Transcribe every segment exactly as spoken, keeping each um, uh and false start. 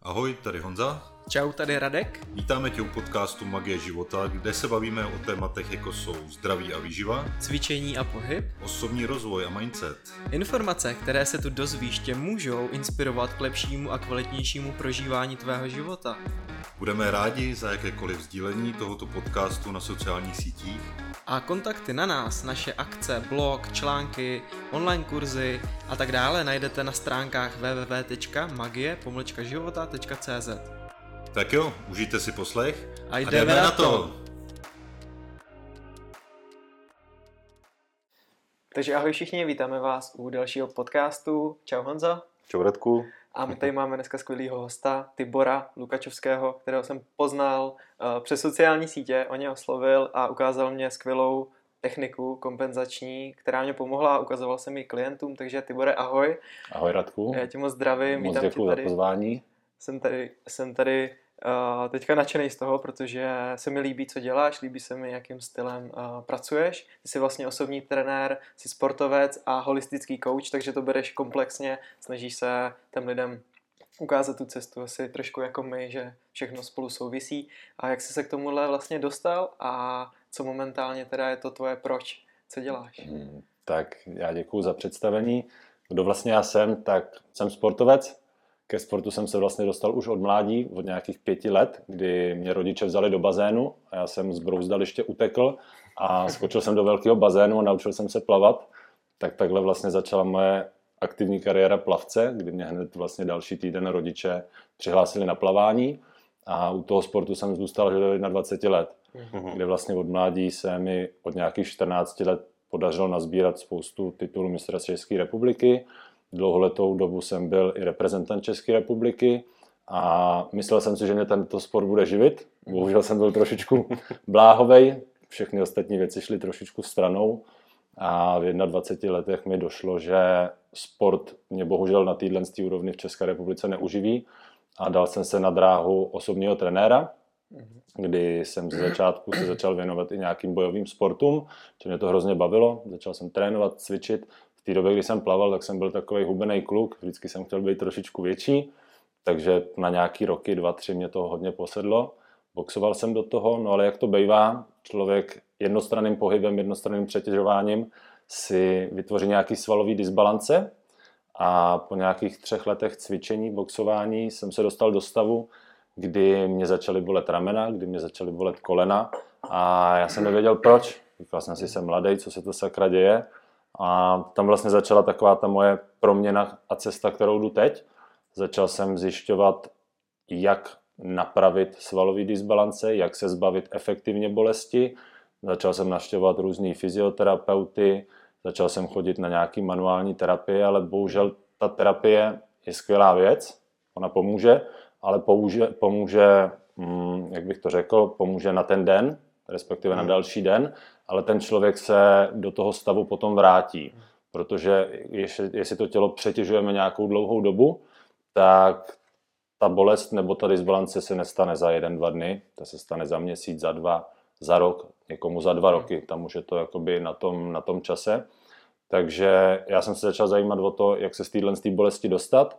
Ahoj, tady Honza. Čau, tady Radek. Vítáme tě u podcastu Magie života, kde se bavíme o tématech jako jsou zdraví a výživa, cvičení a pohyb, osobní rozvoj a mindset. Informace, které se tu dozvíš, tě můžou inspirovat k lepšímu a kvalitnějšímu prožívání tvého života. Budeme rádi za jakékoliv sdílení tohoto podcastu na sociálních sítích. A kontakty na nás, naše akce, blog, články, online kurzy a tak dále najdete na stránkách w w w tečka magie pomlčka života tečka c z. Tak jo, užijte si poslech a jdeme, a jdeme na to! to. Takže ahoj všichni, vítáme vás u dalšího podcastu. Čau Honza. Čau Radku. A my tady máme dneska skvělýho hosta, Tibora Lukačovského, kterého jsem poznal uh, přes sociální sítě, on mě oslovil a ukázal mě skvělou techniku kompenzační, která mě pomohla a ukazoval jsem ji klientům, takže Tibore, ahoj. Ahoj Radku. Já tě moc zdravím. Moc děkuji za pozvání. Jsem tady, jsem tady uh, teďka nadšený z toho, protože se mi líbí, co děláš, líbí se mi, jakým stylem uh, pracuješ. Ty jsi vlastně osobní trenér, jsi sportovec a holistický coach, takže to bereš komplexně, snažíš se těm lidem ukázat tu cestu asi trošku jako my, že všechno spolu souvisí. A jak jsi se k tomuhle vlastně dostal a co momentálně teda je to tvoje proč, co děláš? Hmm, tak já děkuji za představení. Kdo vlastně já jsem, tak jsem sportovec. Ke sportu jsem se vlastně dostal už od mládí, od nějakých pěti let, kdy mě rodiče vzali do bazénu a já jsem z brouzdaliště utekl a skočil jsem do velkého bazénu a naučil jsem se plavat. Tak takhle vlastně začala moje aktivní kariéra plavce, kdy mě hned vlastně další týden rodiče přihlásili na plavání a u toho sportu jsem zůstal do dvacet jedna let, mm-hmm. kde vlastně od mládí se mi od nějakých čtrnácti let podařilo nazbírat spoustu titulů mistra České republiky. Dlouholetou dobu jsem byl i reprezentant České republiky a myslel jsem si, že mě tento sport bude živit. Bohužel jsem byl trošičku bláhovej, všechny ostatní věci šly trošičku stranou a v dvaceti jedna letech mi došlo, že sport mě bohužel na téhle úrovni v České republice neuživí a dal jsem se na dráhu osobního trenéra, kdy jsem ze začátku se začal věnovat i nějakým bojovým sportům, že mě to hrozně bavilo. Začal jsem trénovat, cvičit. V té době, kdy jsem plaval, tak jsem byl takovej hubenej kluk, vždycky jsem chtěl být trošičku větší, takže na nějaký roky, dva, tři mě to hodně posedlo. Boxoval jsem do toho, no ale jak to bývá, člověk jednostranným pohybem, jednostranným přetěžováním si vytvoří nějaký svalový disbalance a po nějakých třech letech cvičení, boxování jsem se dostal do stavu, kdy mě začaly bolet ramena, kdy mě začaly bolet kolena a já jsem nevěděl proč. Říkal jsem si, jsem mladý, co se to sakra děje. A tam vlastně začala taková ta moje proměna a cesta, kterou jdu teď. Začal jsem zjišťovat, jak napravit svalový disbalance, jak se zbavit efektivně bolesti. Začal jsem navštěvovat různý fyzioterapeuty, začal jsem chodit na nějaký manuální terapie, ale bohužel ta terapie je skvělá věc, ona pomůže, ale pomůže, pomůže hm, jak bych to řekl, pomůže na ten den, respektive na další den, ale ten člověk se do toho stavu potom vrátí, protože jestli to tělo přetěžujeme nějakou dlouhou dobu, tak ta bolest nebo ta disbalance se nestane za jeden, dva dny, ta se stane za měsíc, za dva, za rok, někomu za dva roky, tam už je to jakoby na tom, na tom čase. Takže já jsem se začal zajímat o to, jak se z téhle bolesti dostat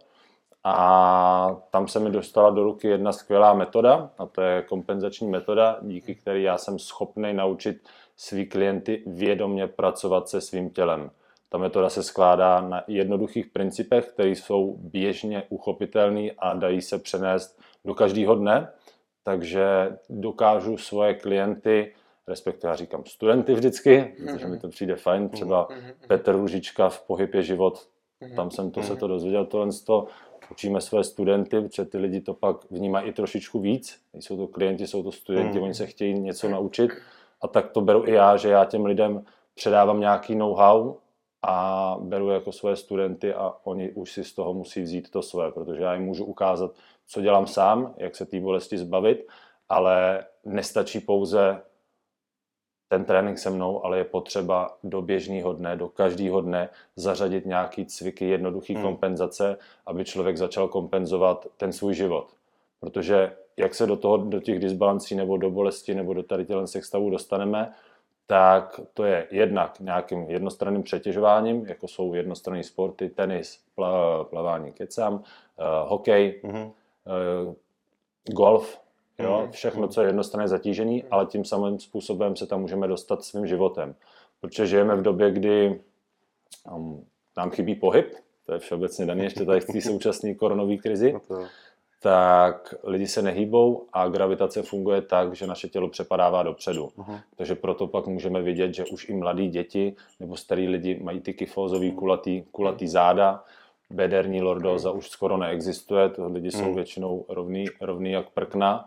a tam se mi dostala do ruky jedna skvělá metoda a to je kompenzační metoda, díky které já jsem schopný naučit svý klienty vědomě pracovat se svým tělem. Ta metoda se skládá na jednoduchých principech, které jsou běžně uchopitelné a dají se přenést do každého dne, takže dokážu svoje klienty, respektive já říkám studenty vždycky, protože mi to přijde fajn, třeba Petr Růžička v Pohyb je život, tam jsem to se to dozvěděl, tohle z toho. Učíme své studenty, protože ty lidi to pak vnímají i trošičku víc. Jsou to klienti, jsou to studenti, mm. oni se chtějí něco naučit. A tak to beru i já, že já těm lidem předávám nějaký know-how a beru jako své studenty a oni už si z toho musí vzít to své, protože já jim můžu ukázat, co dělám sám, jak se té bolesti zbavit, ale nestačí pouze ten trénink se mnou, ale je potřeba do běžného dne, do každého dne zařadit nějaký cviky, jednoduchý hmm. kompenzace, aby člověk začal kompenzovat ten svůj život. Protože jak se do toho, do těch disbalancí nebo do bolesti nebo do tady těch stavů dostaneme, tak to je jednak nějakým jednostranným přetěžováním, jako jsou jednostranné sporty, tenis, plavání, kecám, uh, hokej, hmm. uh, golf, jo, Mm. všechno, co je jednostranné zatížení, ale tím samým způsobem se tam můžeme dostat svým životem. Protože žijeme v době, kdy um, nám chybí pohyb, to je všeobecně daný ještě tady v té současné koronové krizi, No to... tak lidi se nehýbou a gravitace funguje tak, že naše tělo přepadává dopředu. Uh-huh. Takže proto pak můžeme vidět, že už i mladí děti nebo starý lidi mají ty kyfózový kulatý, kulatý záda, bederní lordóza už skoro neexistuje, to lidi jsou většinou rovný, rovný jak prkna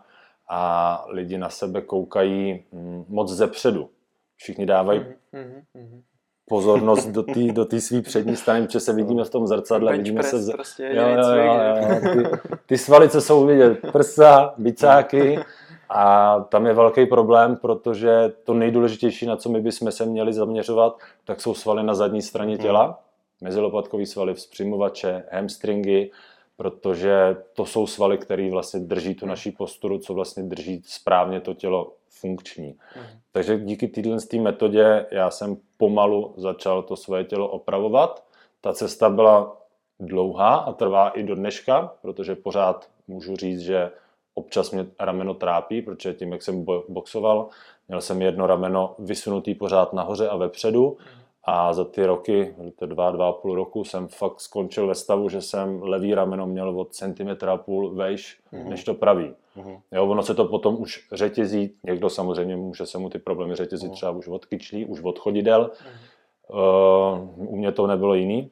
a lidi na sebe koukají hm, moc zepředu. Všichni dávají pozornost do té do té svý přední strany, protože se vidíme v tom zrcadle, Bench vidíme press se... Z... prostě jo, jo, jo, jo, ty, ty svaly, co jsou vidět, prsa, bicáky a tam je velký problém, protože to nejdůležitější, na co my bychom se měli zaměřovat, tak jsou svaly na zadní straně těla, mezilopatkový svaly, vzpřímovače, hamstringy, protože to jsou svaly, které vlastně drží tu naší posturu, co vlastně drží správně to tělo funkční. Mm. Takže díky téhle metodě já jsem pomalu začal to svoje tělo opravovat. Ta cesta byla dlouhá a trvá i do dneška, protože pořád můžu říct, že občas mě rameno trápí, protože tím, jak jsem boxoval, měl jsem jedno rameno vysunutý pořád nahoře a vepředu. Mm. A za ty roky, to dva, dva a půl roku, jsem fakt skončil ve stavu, že jsem levý rameno měl od centimetra a půl vejš, mm. než to pravý. Mm. Jo, ono se to potom už řetězí, někdo samozřejmě může se mu ty problémy řetězit mm. třeba už od kyčlí, už od chodidel. Mm. Uh, u mě to nebylo jiný.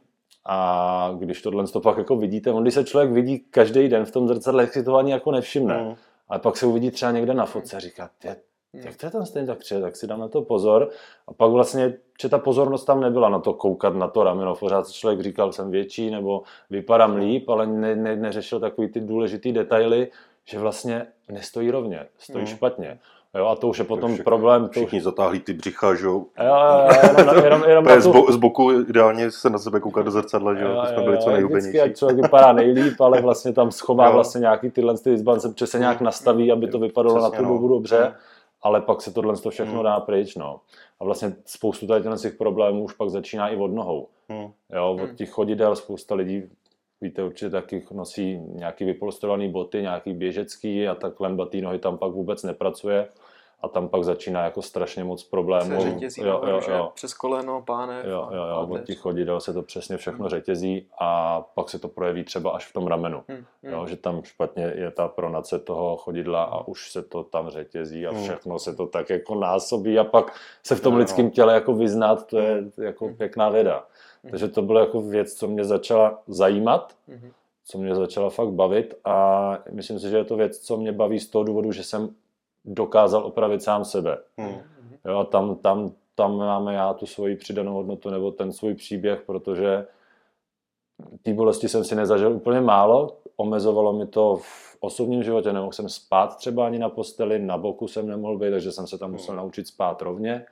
A když tohle to pak jako vidíte, on když se člověk vidí každý den v tom zrcadle, tak si to ani jako nevšimne. Mm. Ale pak se uvidí třeba někde na fotce a říká, jak to je tam stejně tak tři, tak si dám na to pozor. A pak vlastně, že ta pozornost tam nebyla na to koukat na to rameno. Pořád se člověk říkal, jsem větší nebo vypadám líp, ale ne, ne, neřešil takový ty důležitý detaily, že vlastně nestojí rovně, stojí mm. špatně. Jo, a to už je potom všichni, problém. Všichni už... zatáhlí ty břicha, že jo? Jo, jenom, jenom, jenom tu... z, bo, z boku ideálně se na sebe koukat do zrcadla, že jo? To jsme byli co nejhubenější. Jak člověk vypadá nejlíp, ale vlastně tam schová jo. vlastně nějaký tyhle izbance, protože se nějak nastaví, aby to vypadalo přesně, na tu dobu no. dobře. Ale pak se tohle všechno hmm. dá pryč, no. A vlastně spoustu tady těch problémů už pak začíná i od nohou. Hmm. Jo, od těch chodidel spousta lidí, víte, určitě taky nosí nějaký vypolstrovaný boty, nějaký běžecký a tak klenbatý nohy tam pak vůbec nepracuje. A tam pak začíná jako strašně moc problémů. Se řetězí, jo, jo, jo. Přes koleno, pánev. Jo, jo, jo. Od těch chodidel se to přesně všechno řetězí a pak se to projeví třeba až v tom ramenu. Hmm, hmm. Jo, že tam špatně je ta pronace toho chodidla a už se to tam řetězí a všechno se to tak jako násobí a pak se v tom lidském těle jako vyznat, to je jako pěkná věda. Takže to bylo jako věc, co mě začala zajímat, co mě začala fakt bavit a myslím si, že je to věc, co mě baví z toho důvodu, že jsem dokázal opravit sám sebe. Hmm. Jo, a tam, tam, tam máme já tu svoji přidanou hodnotu nebo ten svůj příběh, protože té bolesti jsem si nezažil úplně málo, omezovalo mi to v osobním životě, nemohl jsem spát třeba ani na posteli, na boku jsem nemohl být, takže jsem se tam musel naučit spát rovně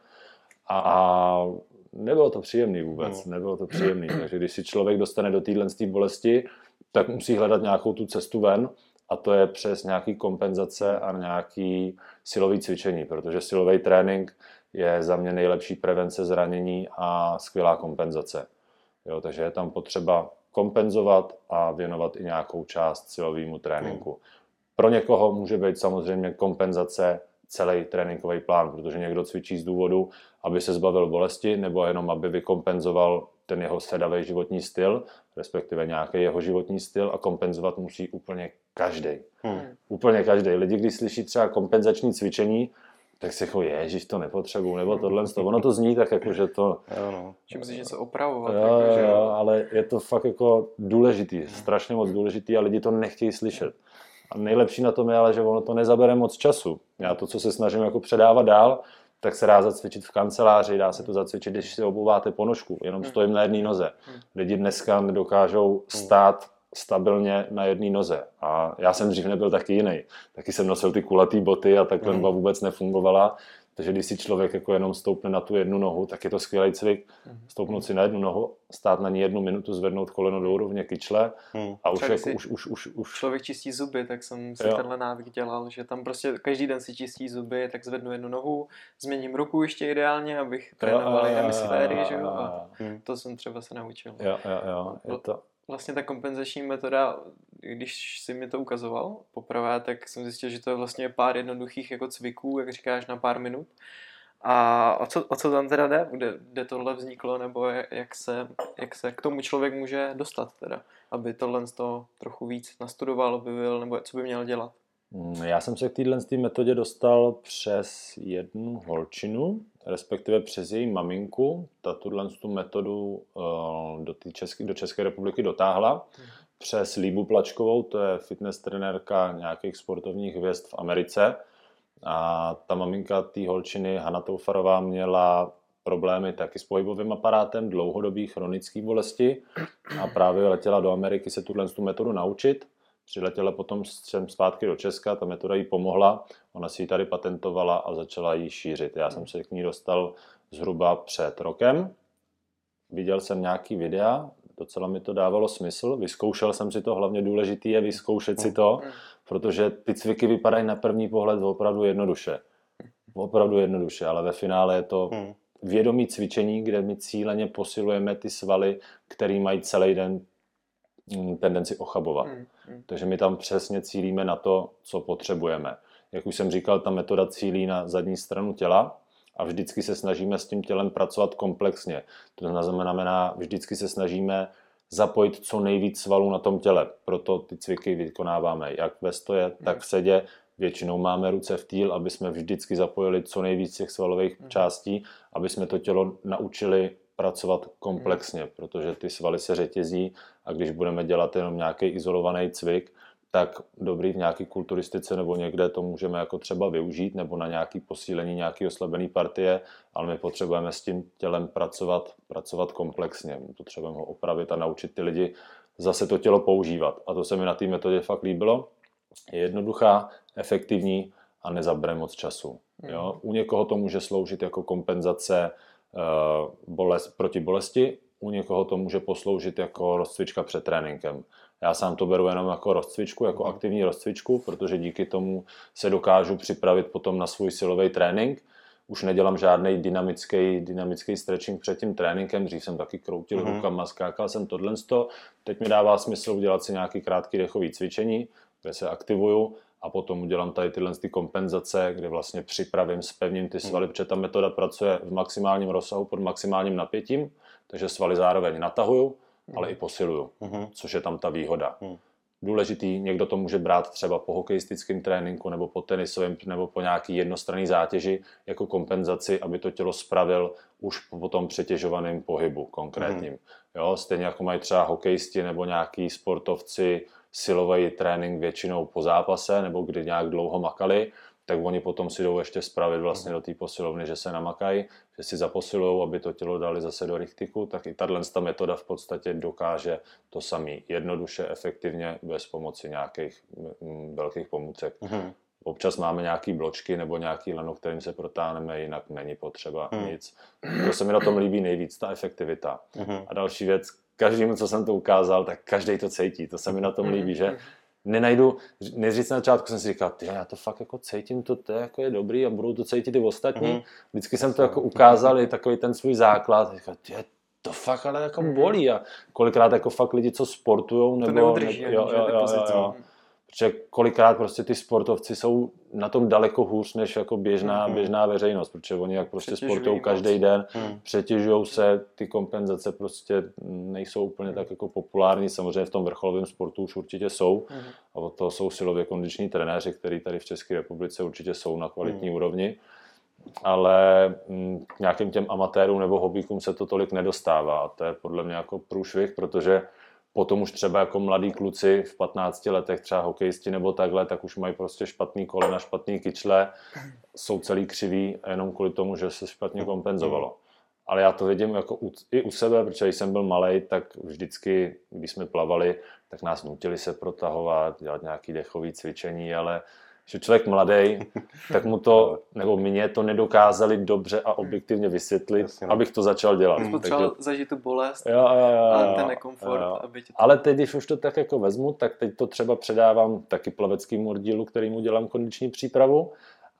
a nebylo to příjemný vůbec, nebylo to příjemný, takže když si člověk dostane do téhle bolesti, tak musí hledat nějakou tu cestu ven. A to je přes nějaký kompenzace a nějaký silový cvičení, protože silový trénink je za mě nejlepší prevence zranění a skvělá kompenzace. Jo, takže je tam potřeba kompenzovat a věnovat i nějakou část silovému tréninku. Pro někoho může být samozřejmě kompenzace celý tréninkový plán, protože někdo cvičí z důvodu, aby se zbavil bolesti, nebo jenom aby vykompenzoval ten jeho sedavý životní styl, respektive nějaký jeho životní styl a kompenzovat musí úplně každý. Hmm. Úplně každý. Lidi, když slyší třeba kompenzační cvičení, tak si jako ježiš, to nepotřebuju, nebo tohle. Ono to zní tak jako, že to... Jo, no. Že musíš něco opravovat. Jo, jako, že... jo, ale je to fakt jako důležitý, strašně moc důležitý a lidi to nechtějí slyšet. A nejlepší na tom je ale, že ono to nezabere moc času. Já to, co se snažím jako předávat dál, tak se dá zacvičit v kanceláři, dá se to zacvičit, když si obouváte ponožku, jenom stojím na jedné noze. Lidi dneska nedokážou stát stabilně na jedné noze. A já jsem dřív nebyl taky jiný. Taky jsem nosil ty kulatý boty a ta klenba vůbec nefungovala. Takže když si člověk jako jenom stoupne na tu jednu nohu, tak je to skvělý cvik. Stoupnout si na jednu nohu, stát na ní jednu minutu, zvednout koleno do úrovně kyčle a už, jako, už, už, už, už... Člověk čistí zuby, tak jsem si jo. tenhle návyk dělal, že tam prostě každý den si čistí zuby, tak zvednu jednu nohu, změním ruku ještě ideálně, abych trénoval hemisféry, že jo, a to jsem třeba se naučil. Jo, jo, jo, je to... vlastně ta kompenzační metoda, když jsi mi to ukazoval poprvé, tak jsem zjistil, že to je vlastně pár jednoduchých jako cviků, jak říkáš, na pár minut. A o co, o co tam teda jde? Kde, kde tohle vzniklo, nebo jak se, jak se k tomu člověk může dostat teda, aby tohle to trochu víc nastudoval, objevil, nebo co by měl dělat? Já jsem se k téhle metodě dostal přes jednu holčinu, respektive přes její maminku. Ta tuhle tu metodu uh, do, České, do České republiky dotáhla. Hmm. Přes Líbu Plačkovou, to je fitness trenérka nějakých sportovních hvězd v Americe. A ta maminka té holčiny, Hana Toufarová, měla problémy taky s pohybovým aparátem, dlouhodobý chronický bolesti a právě letěla do Ameriky se tuhle tu metodu naučit. Přiletěla potom sem zpátky do Česka, ta metoda jí pomohla, ona si ji tady patentovala a začala ji šířit. Já jsem se k ní dostal zhruba před rokem, viděl jsem nějaký videa, docela mi to dávalo smysl, vyzkoušel jsem si to, hlavně důležitý je vyzkoušet si to, protože ty cviky vypadají na první pohled opravdu jednoduše. Opravdu jednoduše, ale ve finále je to vědomí cvičení, kde my cíleně posilujeme ty svaly, které mají celý den tendenci ochabovat. Hmm, hmm. Takže my tam přesně cílíme na to, co potřebujeme. Jak už jsem říkal, ta metoda cílí na zadní stranu těla a vždycky se snažíme s tím tělem pracovat komplexně. To znamená, vždycky se snažíme zapojit co nejvíc svalů na tom těle. Proto ty cviky vykonáváme jak ve stoje, hmm. tak v sedě. Většinou máme ruce v týl, aby jsme vždycky zapojili co nejvíc těch svalových hmm. částí, aby jsme to tělo naučili pracovat komplexně, hmm. protože ty svaly se řetězí a když budeme dělat jenom nějaký izolovaný cvik, tak dobrý v nějaké kulturistice nebo někde to můžeme jako třeba využít nebo na nějaké posílení nějaké oslabené partie, ale my potřebujeme s tím tělem pracovat, pracovat komplexně. Potřebujeme ho opravit a naučit ty lidi zase to tělo používat. A to se mi na té metodě fakt líbilo. Je jednoduchá, efektivní a nezabere moc času. Hmm. Jo? U někoho to může sloužit jako kompenzace bolest, proti bolesti, u někoho to může posloužit jako rozcvička před tréninkem. Já sám to beru jenom jako rozcvičku, jako aktivní rozcvičku, protože díky tomu se dokážu připravit potom na svůj silový trénink. Už nedělám žádný dynamický, dynamický stretching před tím tréninkem, dřív jsem taky kroutil mm-hmm. rukama, skákal jsem tohle. Teď mi dává smysl udělat si nějaký krátký dechový cvičení, kde se aktivuju a potom udělám tady tyhle ty kompenzace, kde vlastně připravím, spevním ty svaly, protože ta metoda pracuje v maximálním rozsahu pod maximálním napětím, takže svaly zároveň natahuju, ale i posiluju, mm. což je tam ta výhoda. Mm. Důležitý, někdo to může brát třeba po hokejistickém tréninku nebo po tenisovém nebo po nějaký jednostranný zátěži jako kompenzaci, aby to tělo spravil už po tom přetěžovaném pohybu konkrétním. Mm. Jo, stejně jako mají třeba hokejisti nebo nějaký sportovci silový trénink většinou po zápase nebo kdy nějak dlouho makali, tak oni potom si jdou ještě spravit vlastně do té posilovny, že se namakají, že si zaposilujou, aby to tělo dali zase do richtiku, tak i tato metoda v podstatě dokáže to samý jednoduše, efektivně, bez pomoci nějakých m, velkých pomůcek. Mm-hmm. Občas máme nějaký bločky nebo nějaký lano, kterým se protáhneme, jinak není potřeba mm. nic. To se mi na tom líbí nejvíc, ta efektivita. Mm-hmm. A další věc, každému, co jsem to ukázal, tak každý to cítí. To se mi na tom líbí, že nenajdu, neříct na začátku jsem si říkal, tyhle, já to fakt jako cítím, to, to je, jako je dobrý a budou to cítit i ostatní. Vždycky jsem to jako ukázal, i takový ten svůj základ. Říkal, tyhle, to fakt ale jako bolí a kolikrát jako fakt lidi, co sportujou, nebo... To neudrží, nebo, jo, jo, jo, jo, jo. Protože kolikrát prostě ty sportovci jsou na tom daleko hůř než jako běžná, mm. běžná veřejnost, protože oni jak prostě sportují každý den, mm. přetěžují se, ty kompenzace prostě nejsou úplně tak jako populární, samozřejmě v tom vrcholovém sportu už určitě jsou, mm. a od toho jsou silově kondiční trenéři, kteří tady v České republice určitě jsou na kvalitní mm. úrovni, ale m, k nějakým těm amatérům nebo hobíkům se to tolik nedostává a to je podle mě jako průšvih, protože potom už třeba jako mladí kluci v patnácti letech, třeba hokejisti nebo takhle, tak už mají prostě špatný kolena, špatný kyčle, jsou celý křiví jenom kvůli tomu, že se špatně kompenzovalo. Ale já to vidím jako u, i u sebe, protože když jsem byl malej, tak vždycky, když jsme plavali, tak nás nutili se protahovat, dělat nějaké dechové cvičení, ale že člověk mladý, tak mu to, nebo mě to nedokázali dobře a objektivně vysvětlit, Jasně, no. abych to začal dělat. Jsi potřeboval zažít tu bolest jo, jo, jo, a ten nekomfort. Jo. Aby tě to... Ale teď, když už to tak jako vezmu, tak teď to třeba předávám taky plaveckému oddílu, kterýmu dělám kondiční přípravu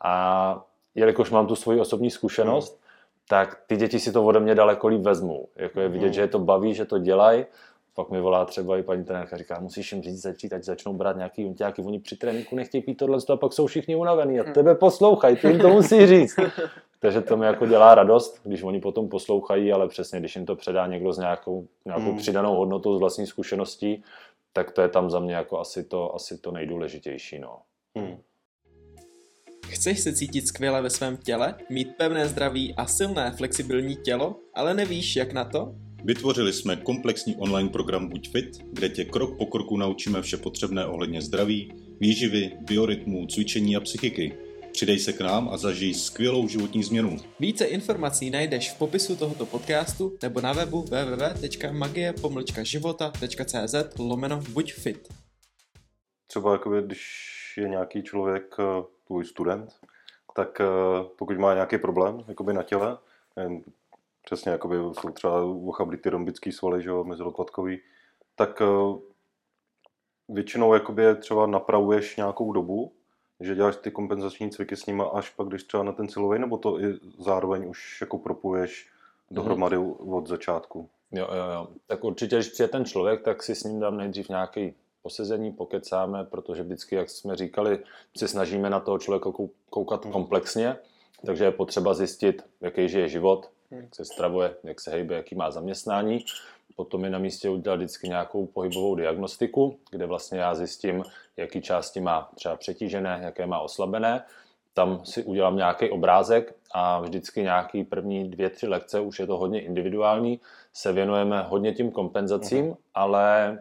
a jelikož mám tu svoji osobní zkušenost, hmm. tak ty děti si to ode mě daleko líp vezmou. Jako je vidět, hmm. že je to baví, že to dělají, Pak mi volá třeba i paní trenérka, říká, musíš jim říct začít, ať začnou brát nějaký unťáky, oni při tréninku nechtějí pít tohle, a pak jsou všichni unavený a tebe poslouchají, ty jim to musí říct. Takže to mi jako dělá radost, když oni potom poslouchají, ale přesně, když jim to předá někdo s nějakou, nějakou hmm. přidanou hodnotou z vlastní zkušeností, tak to je tam za mě jako asi to, asi to nejdůležitější. No. Hmm. Chceš se cítit skvěle ve svém těle, mít pevné zdraví a silné flexibilní tělo, ale nevíš, jak na to? Vytvořili jsme komplexní online program Buď fit, kde tě krok po kroku naučíme vše potřebné ohledně zdraví, výživy, biorytmu, cvičení a psychiky. Přidej se k nám a zažij skvělou životní změnu. Více informací najdeš v popisu tohoto podcastu nebo na webu w w w tečka magie pomlčka života tečka c z lomeno buď fit. Třeba jakoby, když je nějaký člověk, tvůj student, tak pokud má nějaký problém jakoby na těle, přesně jakoby jsou třeba ochablit ty rhombický svaly, že jo, mezilopatkový, tak většinou jakoby třeba napravuješ nějakou dobu, že děláš ty kompenzační cviky s nima až pak, když třeba na ten silový, nebo to i zároveň už jako propuješ dohromady mm. od začátku? Jo, jo, jo. Tak určitě, když přijde ten člověk, tak si s ním dám nejdřív nějaký posezení, pokecáme, protože vždycky, jak jsme říkali, se snažíme na toho člověka koukat mm. komplexně, takže je potřeba zjistit, jaký žije život, mm. jak se stravuje, jak se hejbe, jaký má zaměstnání. Potom je na místě udělat vždycky nějakou pohybovou diagnostiku, kde vlastně já zjistím, jaký části má třeba přetížené, jaké má oslabené. Tam si udělám nějaký obrázek a vždycky nějaký první dvě, tři lekce, už je to hodně individuální, se věnujeme hodně tím kompenzacím, uh-huh. ale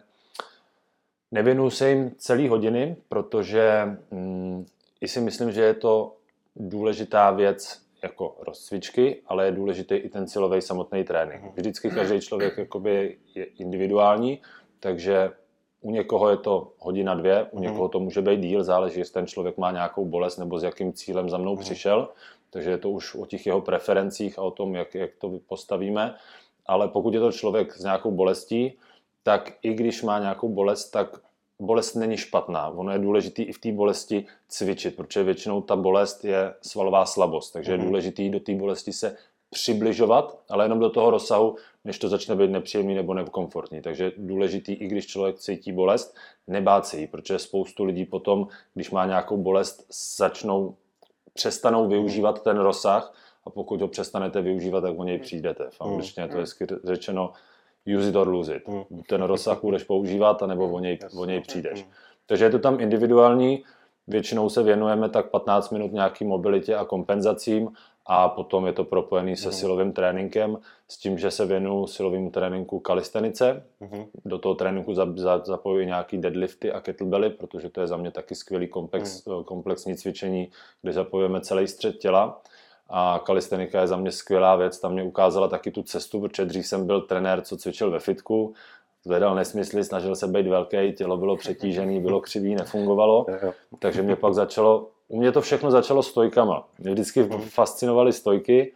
nevěnuju se jim celý hodiny, protože hm, i si myslím, že je to důležitá věc jako rozcvičky, ale je důležitý i ten silový samotný trénink. Vždycky každý člověk jakoby je individuální, takže u někoho je to hodina dvě, u někoho to může být díl, záleží, jestli ten člověk má nějakou bolest nebo s jakým cílem za mnou přišel, takže je to už o těch jeho preferencích a o tom, jak, jak to postavíme, ale pokud je to člověk s nějakou bolestí, tak i když má nějakou bolest, tak bolest není špatná. Ono je důležité i v té bolesti cvičit, protože většinou ta bolest je svalová slabost, takže mm. je důležité do té bolesti se přibližovat, ale jenom do toho rozsahu, než to začne být nepříjemný nebo nekomfortní. Takže je důležité, i když člověk cítí bolest, nebát se jí, protože spoustu lidí potom, když má nějakou bolest, začnou, přestanou využívat ten rozsah a pokud ho přestanete využívat, tak o něj přijdete. V angličtině to je řečeno use it or lose it. Ten rozsah budeš používat, anebo o něj, o něj přijdeš. Takže je to tam individuální, většinou se věnujeme tak patnáct minut nějaký mobilitě a kompenzacím a potom je to propojený se silovým tréninkem s tím, že se věnuju silovému tréninku kalistenice. Do toho tréninku zapojuji nějaký deadlifty a kettlebelly, protože to je za mě taky skvělý komplex, komplexní cvičení, kde zapojujeme celý střed těla. A kalistenika je za mě skvělá věc, tam mě ukázala taky tu cestu, protože dřív jsem byl trenér, co cvičil ve fitku, zvedal nesmysly, snažil se být velký, tělo bylo přetížené, bylo křivý, nefungovalo, takže mě pak začalo, u mě to všechno začalo stojkama. Mě vždycky fascinovaly stojky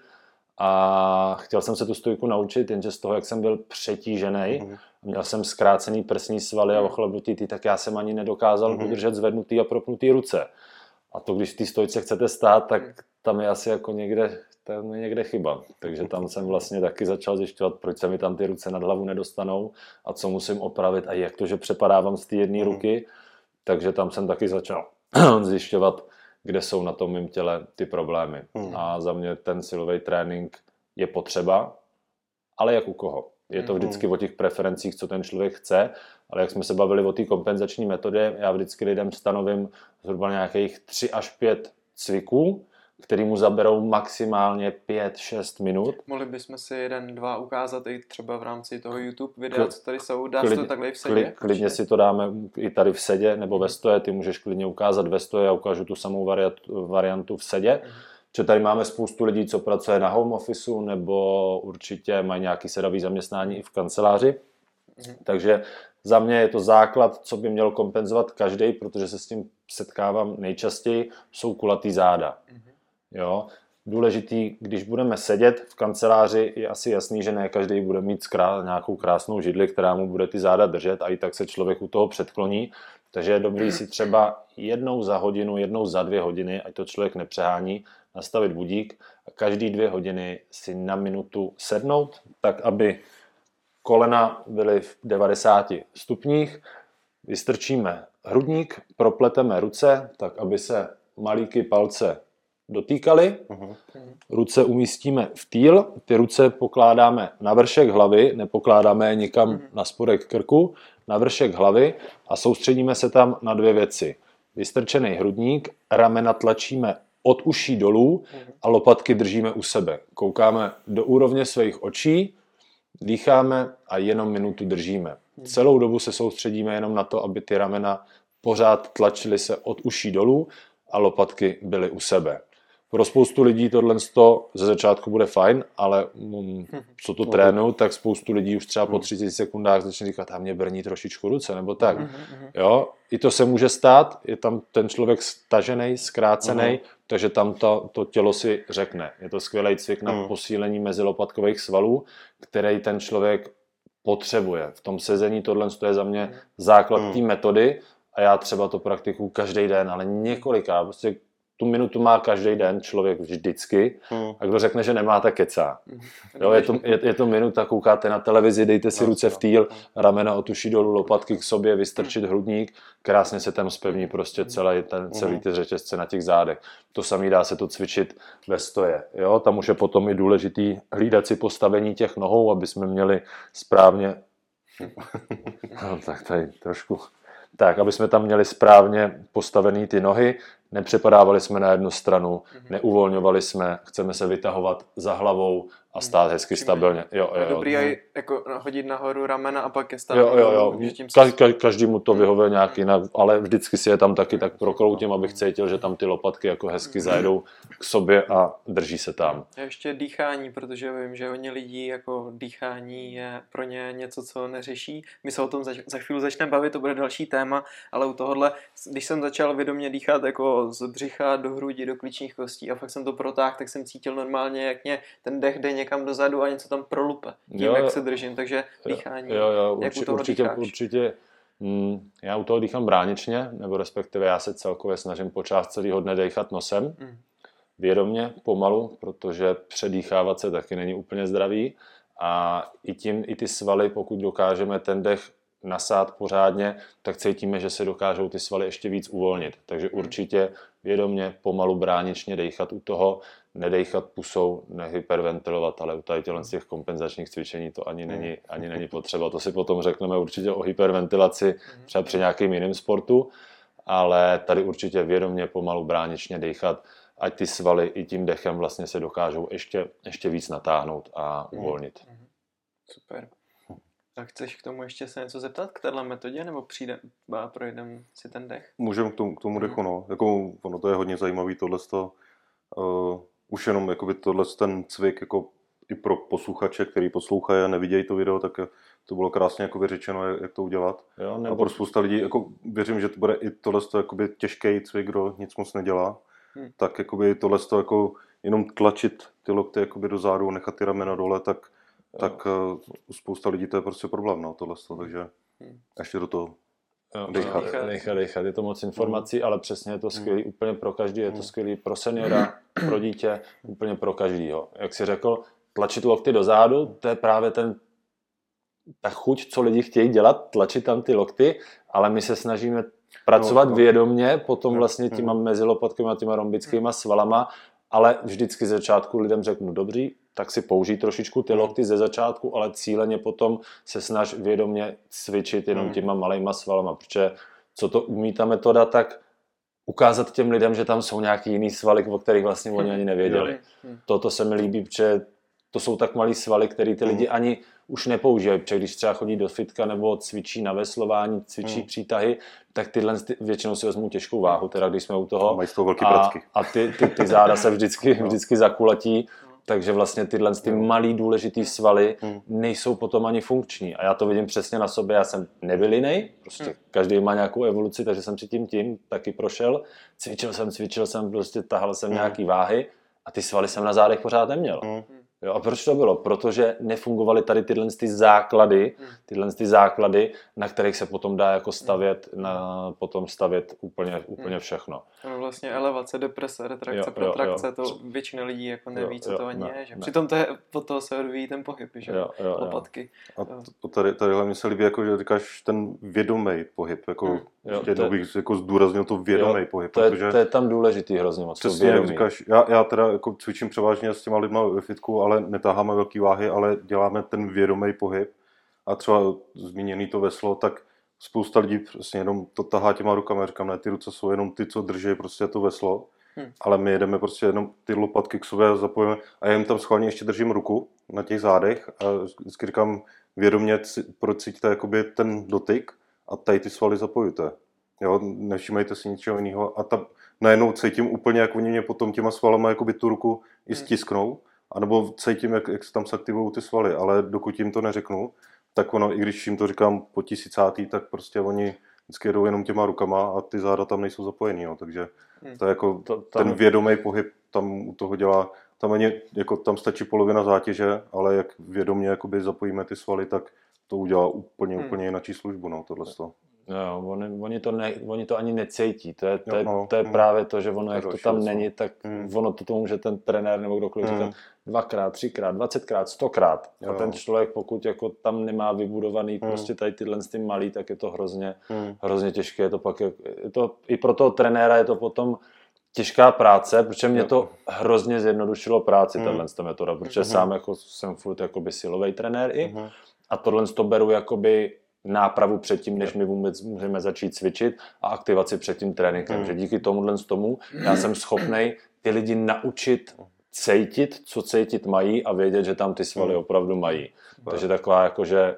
a chtěl jsem se tu stojku naučit, jenže z toho, jak jsem byl přetížený, měl jsem zkrácený prsní svaly a ochlabnutý ty, tak já jsem ani nedokázal udržet zvednutý a propnutý ruce. A to, když v té stojce chcete stát, tak tam je asi jako někde, tam je někde chyba. Takže tam jsem vlastně taky začal zjišťovat, proč se mi tam ty ruce nad hlavu nedostanou a co musím opravit a jak to, že přepadávám z té jedné ruky. Takže tam jsem taky začal zjišťovat, kde jsou na tom mém těle ty problémy. A za mě ten silový trénink je potřeba, ale jak u koho. Je to vždycky o těch preferencích, co ten člověk chce, ale jak jsme se bavili o té kompenzační metodě, já vždycky lidem stanovím zhruba nějakých tři až pět cviků, který mu zaberou maximálně pět šest minut. Mohli bychom si jeden, dva ukázat i třeba v rámci toho YouTube videa, co tady jsou. Dá se to takhle v sedě? Klid, klidně si to dáme i tady v sedě nebo ve stoje. Ty můžeš klidně ukázat ve stoje, já ukážu tu samou variantu, variantu v sedě. Mm. Že tady máme spoustu lidí, co pracuje na home officeu nebo určitě mají nějaký sedavý zaměstnání i v kanceláři. Mm. Takže za mě je to základ, co by měl kompenzovat každý, protože se s tím setkávám nejčastěji, jsou kulatý záda. Mm. Jo? Důležitý, když budeme sedět v kanceláři, je asi jasný, že ne každý bude mít skrá, nějakou krásnou židli, která mu bude ty záda držet a i tak se člověk u toho předkloní. Takže je dobrý si třeba jednou za hodinu, jednou za dvě hodiny, ať to člověk nepřehání, nastavit budík a každý dvě hodiny si na minutu sednout, tak aby kolena byly v devadesáti stupních, vystrčíme hrudník, propleteme ruce, tak aby se malíky palce dotýkaly. Uh-huh. Ruce umístíme v týl, ty ruce pokládáme na vršek hlavy, nepokládáme je nikam uh-huh. na spodek krku, na vršek hlavy a soustředíme se tam na dvě věci. Vystrčený hrudník, ramena tlačíme od uší dolů a lopatky držíme u sebe. Koukáme do úrovně svých očí, dýcháme a jenom minutu držíme. Celou dobu se soustředíme jenom na to, aby ty ramena pořád tlačily se od uší dolů a lopatky byly u sebe. Pro spoustu lidí tohle ze začátku bude fajn, ale mm, co to trénují, tak spoustu lidí už třeba po třiceti sekundách začne říkat, a mě brní trošičku ruce, nebo tak. Jo, i to se může stát, je tam ten člověk stažený, zkrácený, takže tam to, to tělo si řekne. Je to skvělý cvik na posílení mezilopatkových svalů, který ten člověk potřebuje. V tom sezení tohle je za mě základ té metody a já třeba to praktikuju každý den, ale několikrát, prostě tu minutu má každý den člověk vždycky hmm. a kdo řekne, že nemá, tak kecá. Jo, je, to, je, je to minuta, koukáte na televizi, dejte si ruce v týl, ramena od uší dolů, lopatky k sobě, vystrčit hrudník, krásně se tam zpevní prostě celý, ten, celý ty řetězce na těch zádech. To samé dá se to cvičit ve stoje. Jo, tam už je potom i důležitý hlídat si postavení těch nohou, aby jsme měli správně... No, tak tady trošku... Tak, aby jsme tam měli správně postavený ty nohy, nepřepadávali jsme na jednu stranu, mm-hmm. neuvolňovali jsme, chceme se vytahovat za hlavou a stát hezky stabilně. Jo, jo, jo. Dobrý je jako hodit nahoru ramena a pak je stavit. Jo, jo, jo. Ka- ka- každému to vyhovuje nějak jinak, ale vždycky si je tam taky tak prokroutím, abych cítil, že tam ty lopatky jako hezky zajedou k sobě a drží se tam. A ještě dýchání, protože vím, že hodně lidí jako dýchání je pro ně něco, co neřeší. My se o tom za, za chvíli začneme bavit, to bude další téma, ale u tohohle, když jsem začal vědomě dýchat jako z břicha do hrudi, do klíčních kostí a fakt jsem to protáhl, tak jsem cítil normálně, jak mě ten dech jde někam dozadu a něco tam prolupe. Tím, jo, jak se držím, takže dýchání. Jo, jo, jak urči, u toho určitě, dýcháš? určitě. Mm, já u toho dýchám bráničně, nebo respektive já se celkově snažím po část celého dne dýchat nosem. Mm. Vědomně, pomalu, protože předýchávat se taky není úplně zdravý. A i tím, i ty svaly, pokud dokážeme ten dech nasát pořádně, tak cítíme, že se dokážou ty svaly ještě víc uvolnit. Takže určitě vědomě, pomalu, bráničně dejchat u toho, nedejchat pusou, nehyperventilovat, ale u tady z těch kompenzačních cvičení to ani není, ani není potřeba. To si potom řekneme určitě o hyperventilaci třeba při nějakým jiným sportu, ale tady určitě vědomě, pomalu, bráničně dejchat, ať ty svaly i tím dechem vlastně se dokážou ještě, ještě víc natáhnout a uvolnit. Super. A chceš k tomu ještě se něco zeptat k téhle metodě, nebo přijde a projdeme si ten dech? Můžeme k tomu, k tomu dechu, no. Jako, ono to je hodně zajímavý, tohleto, uh, už jenom jakoby tohle ten cvik, jako i pro posluchače, který poslouchají a nevidějí to video, tak to bylo krásně jako vyřečeno, jak, jak to udělat. Jo, nebo... A pro spousta lidí, jako věřím, že to bude i tohleto jakoby těžký cvik, kdo nic moc nedělá, hmm. tak jakoby tohleto jako jenom tlačit ty lokty jakoby do zádu, nechat ty ramena dole, tak Jo. tak uh, spousta lidí to je prostě problém, no, tohle, takže hmm. ještě do toho dejchat. Dejchat, dejchat, je to moc informací, hmm. ale přesně je to skvělý hmm. úplně pro každý, je to skvělý pro seniora, pro dítě, úplně pro každýho. Jak jsi řekl, tlačit lokty do zádu, to je právě ten, ta chuť, co lidi chtějí dělat, tlačit tam ty lokty, ale my se snažíme pracovat no, no. vědomně, potom vlastně těma mezilopatkama a těma rombickýma svalama, ale vždycky ze začátku lidem řeknu, dobrý, tak si použij trošičku ty lokty ze začátku, ale cíleně potom se snaž vědomě cvičit jenom těma malejma svalama, protože co to umí ta metoda, tak ukázat těm lidem, že tam jsou nějaký jiný svaly, o kterých vlastně oni ani nevěděli. Toto se mi líbí, protože to jsou tak malý svaly, které ty lidi ani už nepoužívají, protože když třeba chodí do fitka nebo cvičí na veslování, cvičí hmm. přítahy, tak tyhle většinou si vezmou těžkou váhu, teda když jsme u toho. Mají z toho velký a, pracky. a ty, ty, ty záda se vždycky, vždycky zakulatí, takže vlastně tyhle ty malý důležitý svaly nejsou potom ani funkční. A já to vidím přesně na sobě, já jsem nebylinnej, prostě každý má nějakou evoluci, takže jsem si tím tím taky prošel. Cvičil jsem, cvičil jsem, prostě tahal jsem nějaký váhy a ty svaly jsem na zádech pořád neměl. Jo, a proč to bylo? Protože nefungovaly tady tyhle ty základy, tyhle ty základy, na kterých se potom dá jako stavět, na, potom stavět úplně, úplně všechno. No vlastně elevace, deprese, retrakce, Jo, jo, protrakce, jo. to většina lidí jako neví, Jo, co jo, to ani ne, je. Že? ne. Přitom to je, od toho se odvíjí ten pohyb, že? Jo, jo, jo. Lopatky. A to tady, tady hlavně se líbí, jako, že říkáš ten vědomý pohyb, jako Hmm. Jo, ještě jednou to je- bych jako zdůraznil to vědomý Jo, pohyb, To je, protože to je tam důležitý hrozně moc. to přesně jak vědomí. říkáš, já, já teda jako cvičím převážně s těma lidma ve fitku, ale netáháme velký váhy, ale děláme ten vědomý pohyb a třeba zmíněný to veslo, tak spousta lidí prostě jenom to tahá těma rukama, říkám, ne, ty ruce jsou jenom ty, co drží prostě to veslo, Hmm. ale my jedeme prostě jenom ty lopatky k sobě a zapojíme a já jim tam schválně ještě držím ruku na těch zádech a vždycky říkám vědomě, ci- procítíte jakoby ten dotyk a tady ty svaly zapojujte. Jo, nevšímejte si ničeho jiného a ta, najednou cítím úplně, jak oni mě potom těma svalama jakoby tu ruku i stisknou, anebo cítím, jak, jak se tam saktivují ty svaly, ale dokud jim to neřeknu, tak ono, i když jim to říkám po tisícátý, tak prostě oni vždycky jedou jenom těma rukama a ty záda tam nejsou zapojený, jo, takže to je jako To- tam- ten vědomý pohyb tam u toho dělá, tam, ani, jako, tam stačí polovina zátěže, ale jak vědomě jakoby zapojíme ty svaly, tak to udělá úplně, Hmm. úplně jináčí službu, no, tohleto. Jo, oni, oni, to ne, oni to ani necítí, to je, to Jo, je, no, to je mm. právě to, že ono, To je jak to další tam věc, no. není, tak Mm. ono to tomu může ten trenér nebo kdokoliv Mm. říkat dvakrát, třikrát, dvacetkrát, stokrát. A Jo. ten člověk, pokud jako tam nemá vybudovaný Mm. prostě tady tyhle ty malý, tak je to hrozně, Hmm. hrozně těžké. Je to pak, jak- je to, i pro toho trenéra je to potom těžká práce, protože mě Jo. to hrozně zjednodušilo práci, Mm. tahle ta metoda, protože Mhm. sám jako jsem furt jakoby silový trenér i, Mhm. a tohle to beru jakoby nápravu předtím, než my vůbec můžeme začít cvičit a aktivaci před tím tréninkem. Hmm. Že díky tomuhle tomu já jsem schopnej ty lidi naučit cítit, co cítit mají a vědět, že tam ty svaly Hmm. opravdu mají. Takže taková jakože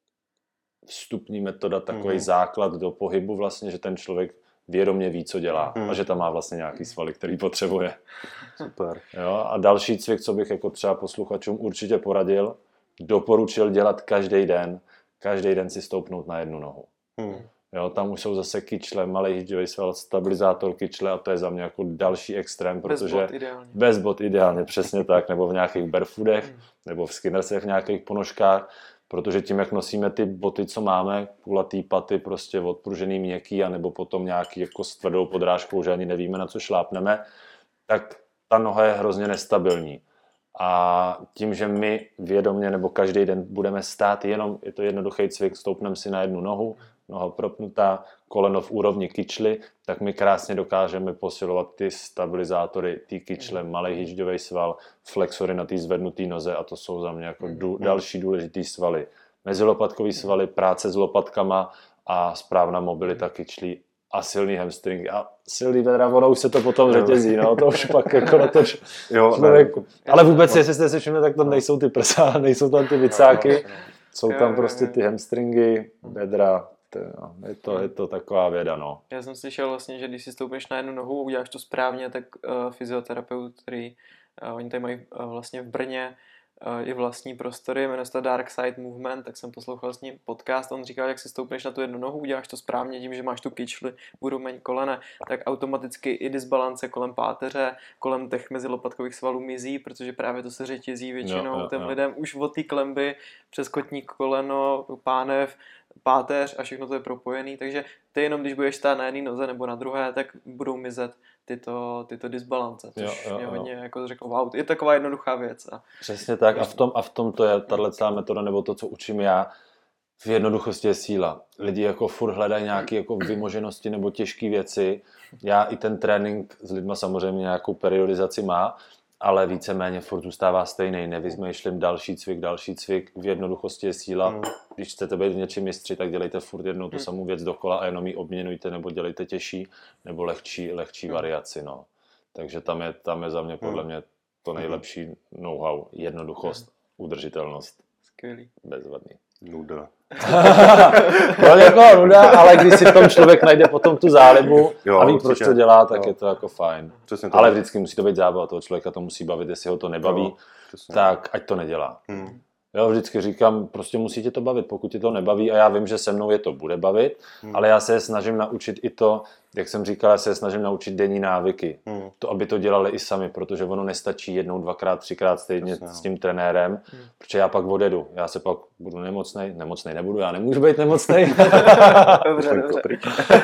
vstupní metoda, takový Hmm. základ do pohybu vlastně, že ten člověk vědomě ví, co dělá Hmm. a že tam má vlastně nějaký svaly, který potřebuje. Super. Jo? A další cvik, co bych jako třeba posluchačům určitě poradil, doporučil dělat každý den, každý den si stoupnout na jednu nohu. Hmm. Jo, tam už jsou zase kyčle, malý hýžďový sval, stabilizátor kyčle a to je za mě jako další extrém, Bez protože bod ideálně. bez bod ideálně, přesně tak, nebo v nějakých barefootech, nebo v skinnersech v nějakých ponožkách, protože tím, jak nosíme ty boty, co máme, kulatý paty, prostě odpružený měkký, anebo potom nějaký jako s tvrdou podrážkou, že ani nevíme, na co šlápneme, tak ta noha je hrozně nestabilní. A tím, že my vědomě nebo každý den budeme stát jenom, je to jednoduchý cvik, stoupneme si na jednu nohu, noha propnutá, koleno v úrovni kyčly, tak my krásně dokážeme posilovat ty stabilizátory, ty kyčle, malý hýžďový sval, flexory na té zvednuté noze a to jsou za mě jako dů, další důležitý svaly. Mezilopatkový svaly, práce s lopatkama a správná mobilita kyčlí a silný hamstringy. A silný bedra, ono už se to potom řetězí, no, to už pak jako na to Jo, člověku. Ale vůbec, jestli jste si všimli, tak tam nejsou ty prsa, nejsou tam ty vicáky, jsou Jo, tam jo, prostě jo. ty hamstringy, bedra, to, no, je, to, je to taková věda, no. Já jsem slyšel vlastně, že když si stoupneš na jednu nohu, uděláš to správně, tak uh, fyzioterapeut, který uh, oni tady mají uh, vlastně v Brně uh, i vlastní prostory, jmenuje se to Dark Side Movement, tak jsem poslouchal s ním podcast, on říkal, jak si stoupneš na tu jednu nohu, uděláš to správně tím, že máš tu kyčli, úroveň kolene, tak automaticky i disbalance kolem páteře, kolem těch mezilopatkových svalů mizí, protože právě to se řetězí většinou Jo, jo, těm jo. lidem už od té klemby přes kotník, koleno, pánev, páteř a všechno to je propojený, takže ty jenom když budeš stát na jedné noze nebo na druhé, tak budou mizet tyto, tyto disbalance, což Jo, jo, mě jo. hodně jako řekl, wow, je taková jednoduchá věc. A Přesně tak a v tom, a v tom to je tahle celá metoda, nebo to, co učím já, v jednoduchosti je síla. Lidi jako furt hledají nějaké jako vymoženosti nebo těžké věci. Já i ten trénink s lidma samozřejmě nějakou periodizaci má, ale víceméně furt zůstává stejný. Nevyzmýšlím další cvik, další cvik. V jednoduchosti je síla. Hmm. Když chcete být v něčem mistři, tak dělejte furt jednou tu samou věc dokola a jenom ji obměnujte nebo dělejte těžší nebo lehčí, lehčí variaci. No. Takže tam je, tam je za mě podle mě to nejlepší know-how. Jednoduchost, udržitelnost. skvělý. Bezvadný. Nuda. Pro někoho nuda, ale když si v tom člověk najde potom tu zálibu Jo, a ví, určitě. proč to dělá, tak Jo. je to jako fajn. Přesně tak. Ale vždycky musí to být zábava, toho člověka to musí bavit, jestli ho to nebaví, Jo, přesně. tak ať to nedělá. Hmm. Jo, vždycky říkám, prostě musí tě to bavit, pokud tě to nebaví a já vím, že se mnou je to bude bavit, hmm. ale já se je snažím naučit i to, jak jsem říkal, já se je snažím naučit denní návyky. Hmm. To, aby to dělali i sami, protože ono nestačí jednou, dvakrát, třikrát týdně s tím trenérem, hmm. protože já pak odjedu, já se pak budu nemocnej, nemocnej nebudu, já nemůžu být nemocnej. Dobře, dobře.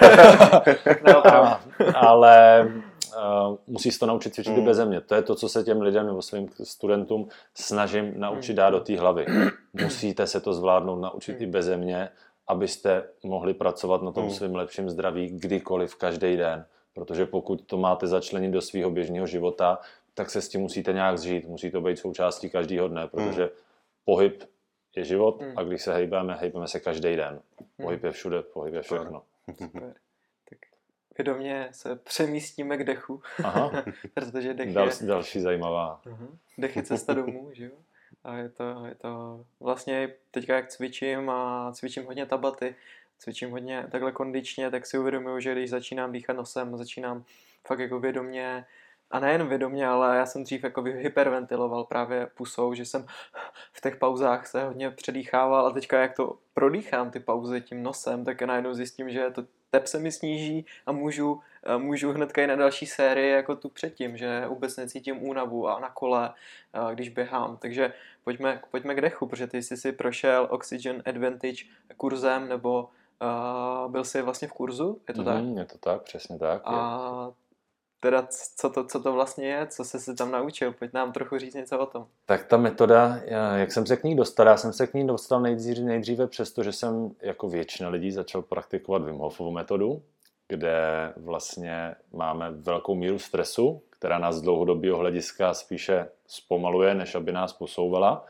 a, ale uh, musí se to naučit cvičit hmm. i beze mě. To je to, co se těm lidem nebo svým studentům snažím naučit dát do té hlavy. Musíte se to zvládnout naučit hmm. i beze mě, abyste mohli pracovat na tom hmm. svým lepším zdraví kdykoliv, každý den. Protože pokud to máte začlenit do svého běžného života, tak se s tím musíte nějak zžít. Musí to být součástí každého dne, protože hmm. pohyb je život hmm. a když se hejbeme, hejbeme se každý den. Pohyb je všude, pohyb je všechno. Super. Tak vědomě se přemístíme k dechu. Aha. Protože dech Dal, je... Další zajímavá. Uh-huh. Dech je cesta domů, že jo? A je to, je to vlastně teďka jak cvičím a cvičím hodně tabaty, cvičím hodně takhle kondičně, tak si uvědomuju, že když začínám dýchat nosem, začínám fakt jako vědomě, a nejen vědomě, ale já jsem dřív jako hyperventiloval právě pusou, že jsem v těch pauzách se hodně předýchával a teďka jak to prodýchám ty pauzy tím nosem, tak najednou zjistím, že to tep se mi sníží a můžu, můžu hnedka i na další sérii jako tu předtím, že vůbec necítím únavu a na kole, když běhám. Takže pojďme, pojďme k dechu, protože ty jsi si prošel Oxygen Advantage kurzem, nebo uh, byl jsi vlastně v kurzu, je to mm, tak? Je to tak, přesně tak. A teda co to, co to vlastně je, co jsi si tam naučil, pojď nám trochu říct něco o tom. Tak ta metoda, jak jsem se k ní dostal, já jsem se k ní dostal nejdříve, nejdříve přesto, že jsem jako většina lidí začal praktikovat Wim Hofovu metodu, kde vlastně máme velkou míru stresu, která nás z dlouhodobého hlediska spíše zpomaluje, než aby nás posouvala.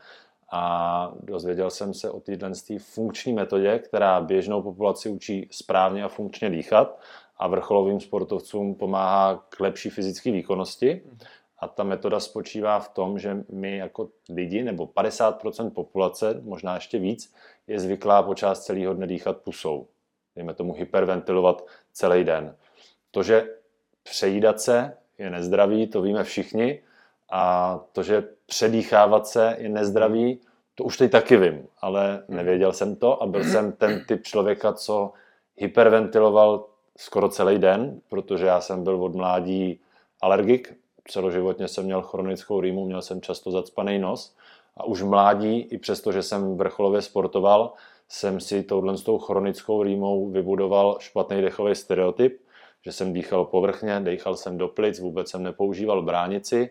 A dozvěděl jsem se o této funkční metodě, která běžnou populaci učí správně a funkčně dýchat a vrcholovým sportovcům pomáhá k lepší fyzické výkonnosti. A ta metoda spočívá v tom, že my jako lidi, nebo padesát procent populace, možná ještě víc, je zvyklá počas celého dne dýchat pusou. Dejme tomu hyperventilovat celý den. To, že přejídat se je nezdravý, to víme všichni. A to, že předýchávat se je nezdravý, to už teď taky vím, ale nevěděl jsem to a byl jsem ten typ člověka, co hyperventiloval skoro celý den, protože já jsem byl od mládí alergik, celoživotně jsem měl chronickou rýmu, měl jsem často zacpaný nos a už v mládí, i přesto, že jsem vrcholově sportoval, jsem si touhle s tou chronickou rýmou vybudoval špatný dechový stereotyp, že jsem dýchal povrchně, dýchal jsem do plic, vůbec jsem nepoužíval bránici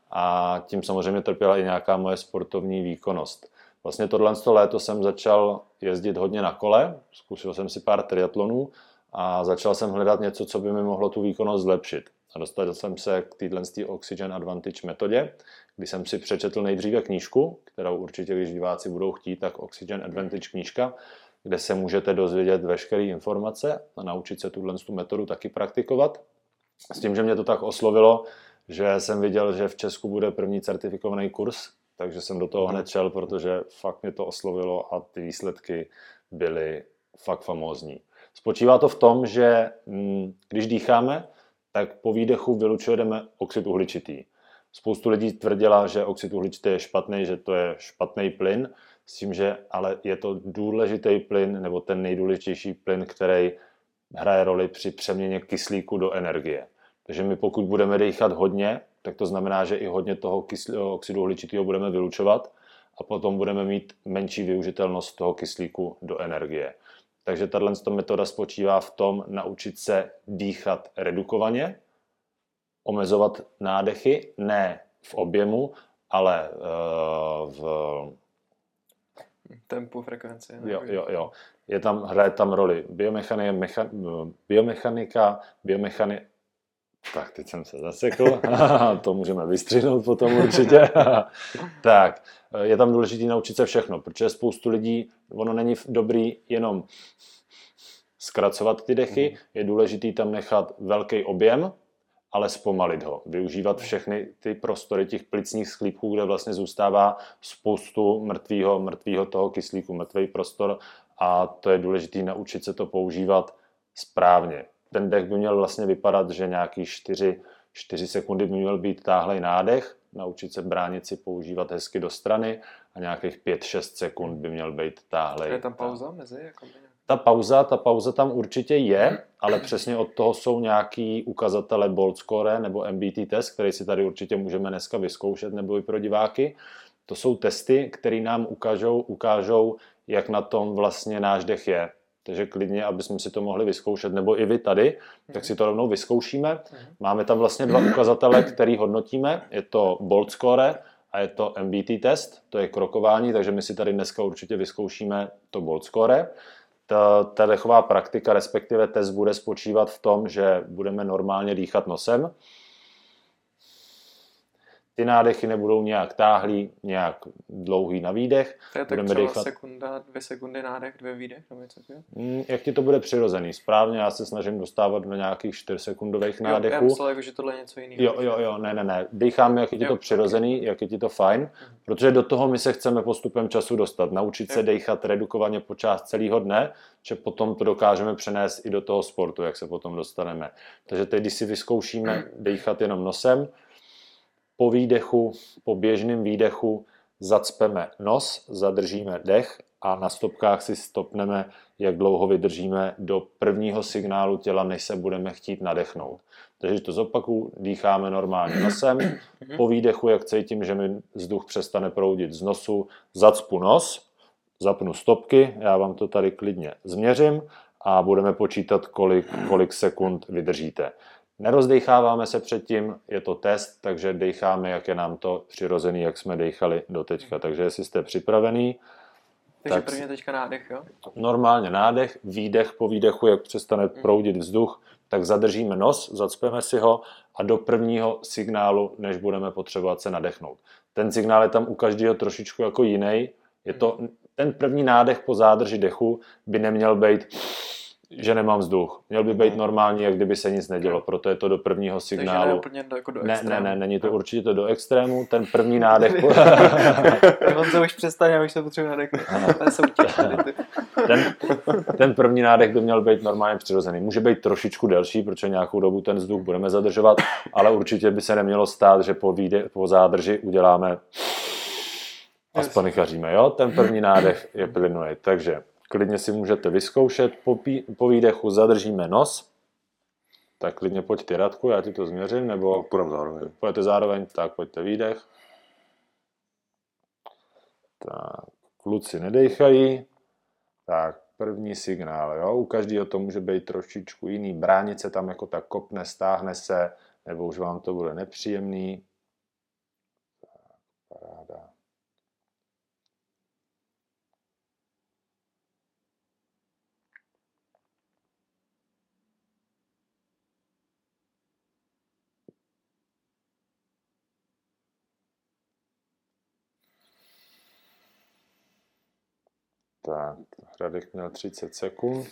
a tím samozřejmě trpěla i nějaká moje sportovní výkonnost. Vlastně tohle léto jsem začal jezdit hodně na kole, zkusil jsem si pár triatlonů a začal jsem hledat něco, co by mi mohlo tu výkonnost zlepšit. A dostal jsem se k této Oxygen Advantage metodě, kdy jsem si přečetl nejdříve knížku, kterou určitě, když diváci budou chtít, tak Oxygen Advantage knížka, kde se můžete dozvědět veškeré informace a naučit se tuhle metodu taky praktikovat. S tím, že mě to tak oslovilo, že jsem viděl, že v Česku bude první certifikovaný kurz, takže jsem do toho hned šel, protože fakt mě to oslovilo a ty výsledky byly fakt famózní. Spočívá to v tom, že když dýcháme, tak po výdechu vylučujeme oxid uhličitý. Spoustu lidí tvrdila, že oxid uhličitý je špatný, že to je špatný plyn, s tím, že ale je to důležitý plyn, nebo ten nejdůležitější plyn, který hraje roli při přeměně kyslíku do energie. Takže my pokud budeme dýchat hodně, tak to znamená, že i hodně toho kysl- oxidu uhličitého budeme vylučovat a potom budeme mít menší využitelnost toho kyslíku do energie. Takže tato metoda spočívá v tom naučit se dýchat redukovaně, omezovat nádechy, ne v objemu, ale uh, v tempu, frekvenci. Jo, jo, jo. Je tam, hraje tam roli biomechanika, mecha, biomechanika, biomechani... Tak, teď jsem se zasekl. To můžeme vystřihnout potom určitě. Tak, je tam důležité naučit se všechno, protože spoustu lidí, ono není dobrý jenom zkracovat ty dechy, je důležitý tam nechat velký objem, ale zpomalit ho. Využívat všechny ty prostory těch plicních sklípků, kde vlastně zůstává spoustu mrtvýho, mrtvýho toho kyslíku, mrtvý prostor a to je důležité naučit se to používat správně. Ten dech by měl vlastně vypadat, že nějaký čtyři sekundy by měl být táhlej nádech, naučit se bránici používat hezky do strany a nějakých pět šest sekund by měl být táhlej. Je tam pauza mezi? Jako ta pauza, ta pauza tam určitě je, ale přesně od toho jsou nějaký ukazatele Bolt Score nebo M B T test, který si tady určitě můžeme dneska vyzkoušet, nebo i pro diváky. To jsou testy, které nám ukážou, ukážou, jak na tom vlastně náš dech je. Takže klidně, aby jsme si to mohli vyzkoušet, nebo i vy tady, tak si to rovnou vyzkoušíme. Máme tam vlastně dva ukazatele, který hodnotíme. Je to Bolt Score a je to M B T test, to je krokování, takže my si tady dneska určitě vyzkoušíme to Bolt Score. Ta, ta dechová praktika, respektive test, bude spočívat v tom, že budeme normálně dýchat nosem. Ty nádechy nebudou nějak táhlý, nějak dlouhý na výdech. To je tak budeme třeba dýchat... sekunda, dvě sekundy nádech, dvě výdech? Nebo něco, mm, jak ti to bude přirozený? Správně, já se snažím dostávat do nějakých čtyřsekundových nádechů. Jo, já myslel, jako, že tohle je něco jiného. Jo, jo, jo, ne, ne, ne. Dýcháme, jak je ti to jo, přirozený, okay. Jak je ti to fajn, uh-huh. Protože do toho my se chceme postupem času dostat. Naučit jo. se dýchat redukovaně po část celého dne, že potom to dokážeme přenést i do toho sportu, jak se potom dostaneme. Takže teď, když si vyzkoušíme dýchat jenom nosem, po výdechu, po běžném výdechu zacpeme nos, zadržíme dech a na stopkách si stopneme, jak dlouho vydržíme do prvního signálu těla, než se budeme chtít nadechnout. Takže to zopakuju, dýcháme normálně nosem, po výdechu, jak cítím, že mi vzduch přestane proudit z nosu, zacpu nos, zapnu stopky, já vám to tady klidně změřím a budeme počítat, kolik, kolik sekund vydržíte. Nerozdecháváme se předtím, je to test, takže decháme, jak je nám to přirozený, jak jsme dechali do teďka. Takže jestli jste připravený, takže tak prvně teďka nádech, jo? Normálně nádech, výdech, po výdechu, jak přestane proudit vzduch, tak zadržíme nos, zacpeme si ho a do prvního signálu, než budeme potřebovat se nadechnout. Ten signál je tam u každého trošičku jako jiný. Je to, ten první nádech po zádrži dechu by neměl být, že nemám vzduch. Měl by být normální, jak kdyby se nic nedělo. Proto je to do prvního signálu. Takže ne úplně do, jako do ne, extrému. ne, ne, není to určitě to do extrému. Ten první nádech... Po... On se už přestane, já už se potřebuji nadechnout. To jsou ten, ten první nádech by měl být normálně přirozený. Může být trošičku delší, protože nějakou dobu ten vzduch budeme zadržovat, ale určitě by se nemělo stát, že po, výde, po zádrži uděláme a spanikaříme. Jo? Ten první nádech je plynulý. Takže klidně si můžete vyzkoušet, po, pí, po výdechu zadržíme nos, tak klidně pojďte Radku, já ti to změřím, nebo půjdeme zároveň. Pojďte zároveň, tak pojďte výdech. Tak, kluci nedejchají. Tak, první signál, jo, u každého to může být trošičku jiný, bránit se tam jako tak kopne, stáhne se, nebo už vám to bude nepříjemný. Tak, paráda. Tak, Radek měl třicet sekund.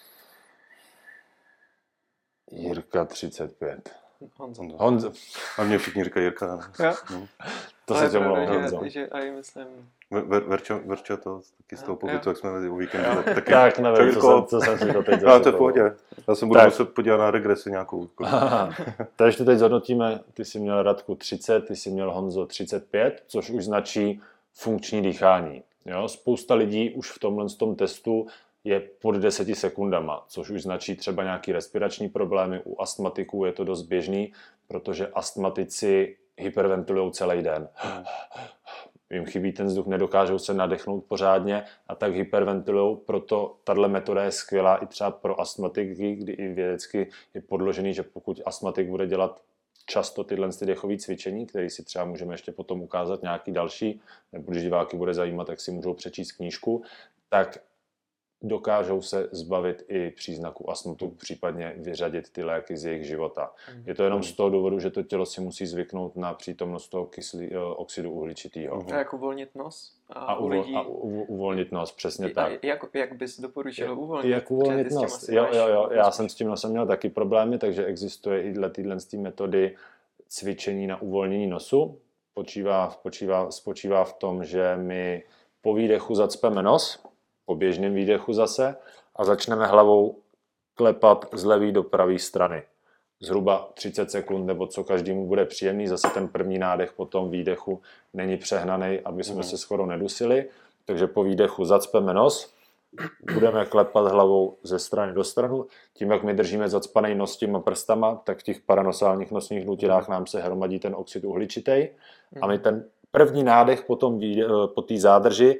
Jirka třicet pět. Honzo. Honzo. A mě všichni říkají Jirka. Jo? No. To se tě mluvím, Honzo. Takže aj myslím... Ver, Verča, Verča to taky z toho pobytu, jak jsme mezi o víkendu. Taky, tak nevím, co jsem, co jsem si to teď zašel. No, to je v pohodě. Já jsem budu tak. muset podívat na regresi nějakou. Takže to teď zhodnotíme, ty jsi měl Radku třicet, ty jsi měl Honzo třicet pět, což už značí funkční dýchání. Jo? Spousta lidí už v tomhle tom testu je pod deseti sekundama, což už značí třeba nějaký respirační problémy. U astmatiků je to dost běžný, protože astmatici hyperventilují celý den. Jim chybí ten vzduch, nedokážou se nadechnout pořádně a tak hyperventilují. Proto tahle metoda je skvělá i třeba pro astmatiky, kdy i vědecky je podložený, že pokud astmatik bude dělat často tyhle dechové cvičení, které si třeba můžeme ještě potom ukázat nějaký další, nebo když diváky bude zajímat, tak si můžou přečíst knížku, tak dokážou se zbavit i příznaků astmatu, případně vyřadit ty léky z jejich života. Je to jenom z toho důvodu, že to tělo si musí zvyknout na přítomnost toho kyslí, oxidu uhličitého. A jak uvolnit nos? A, a, u uvol, lidí... a u, uvolnit nos, přesně a, tak. Jak, jak bys doporučil uvolnit? Jak uvolnit nos? Jo, jo, jo, já jsem s tím nosem měl taky problémy, takže existuje i tyhle metody cvičení na uvolnění nosu. Spočívá, spočívá, spočívá v tom, že my po výdechu zacpeme nos, po běžném výdechu zase, a začneme hlavou klepat z levé do pravé strany. zhruba třicet sekund, nebo co každému bude příjemný. Zase ten první nádech po tom výdechu není přehnaný, aby jsme mm. se skoro nedusili. Takže po výdechu zacpeme nos, budeme klepat hlavou ze strany do strany. Tím, jak my držíme zacpaný nos těma prstama, tak v těch paranosálních nosních dutinách nám se hromadí ten oxid uhličitý. A my ten první nádech po tom po té zádrži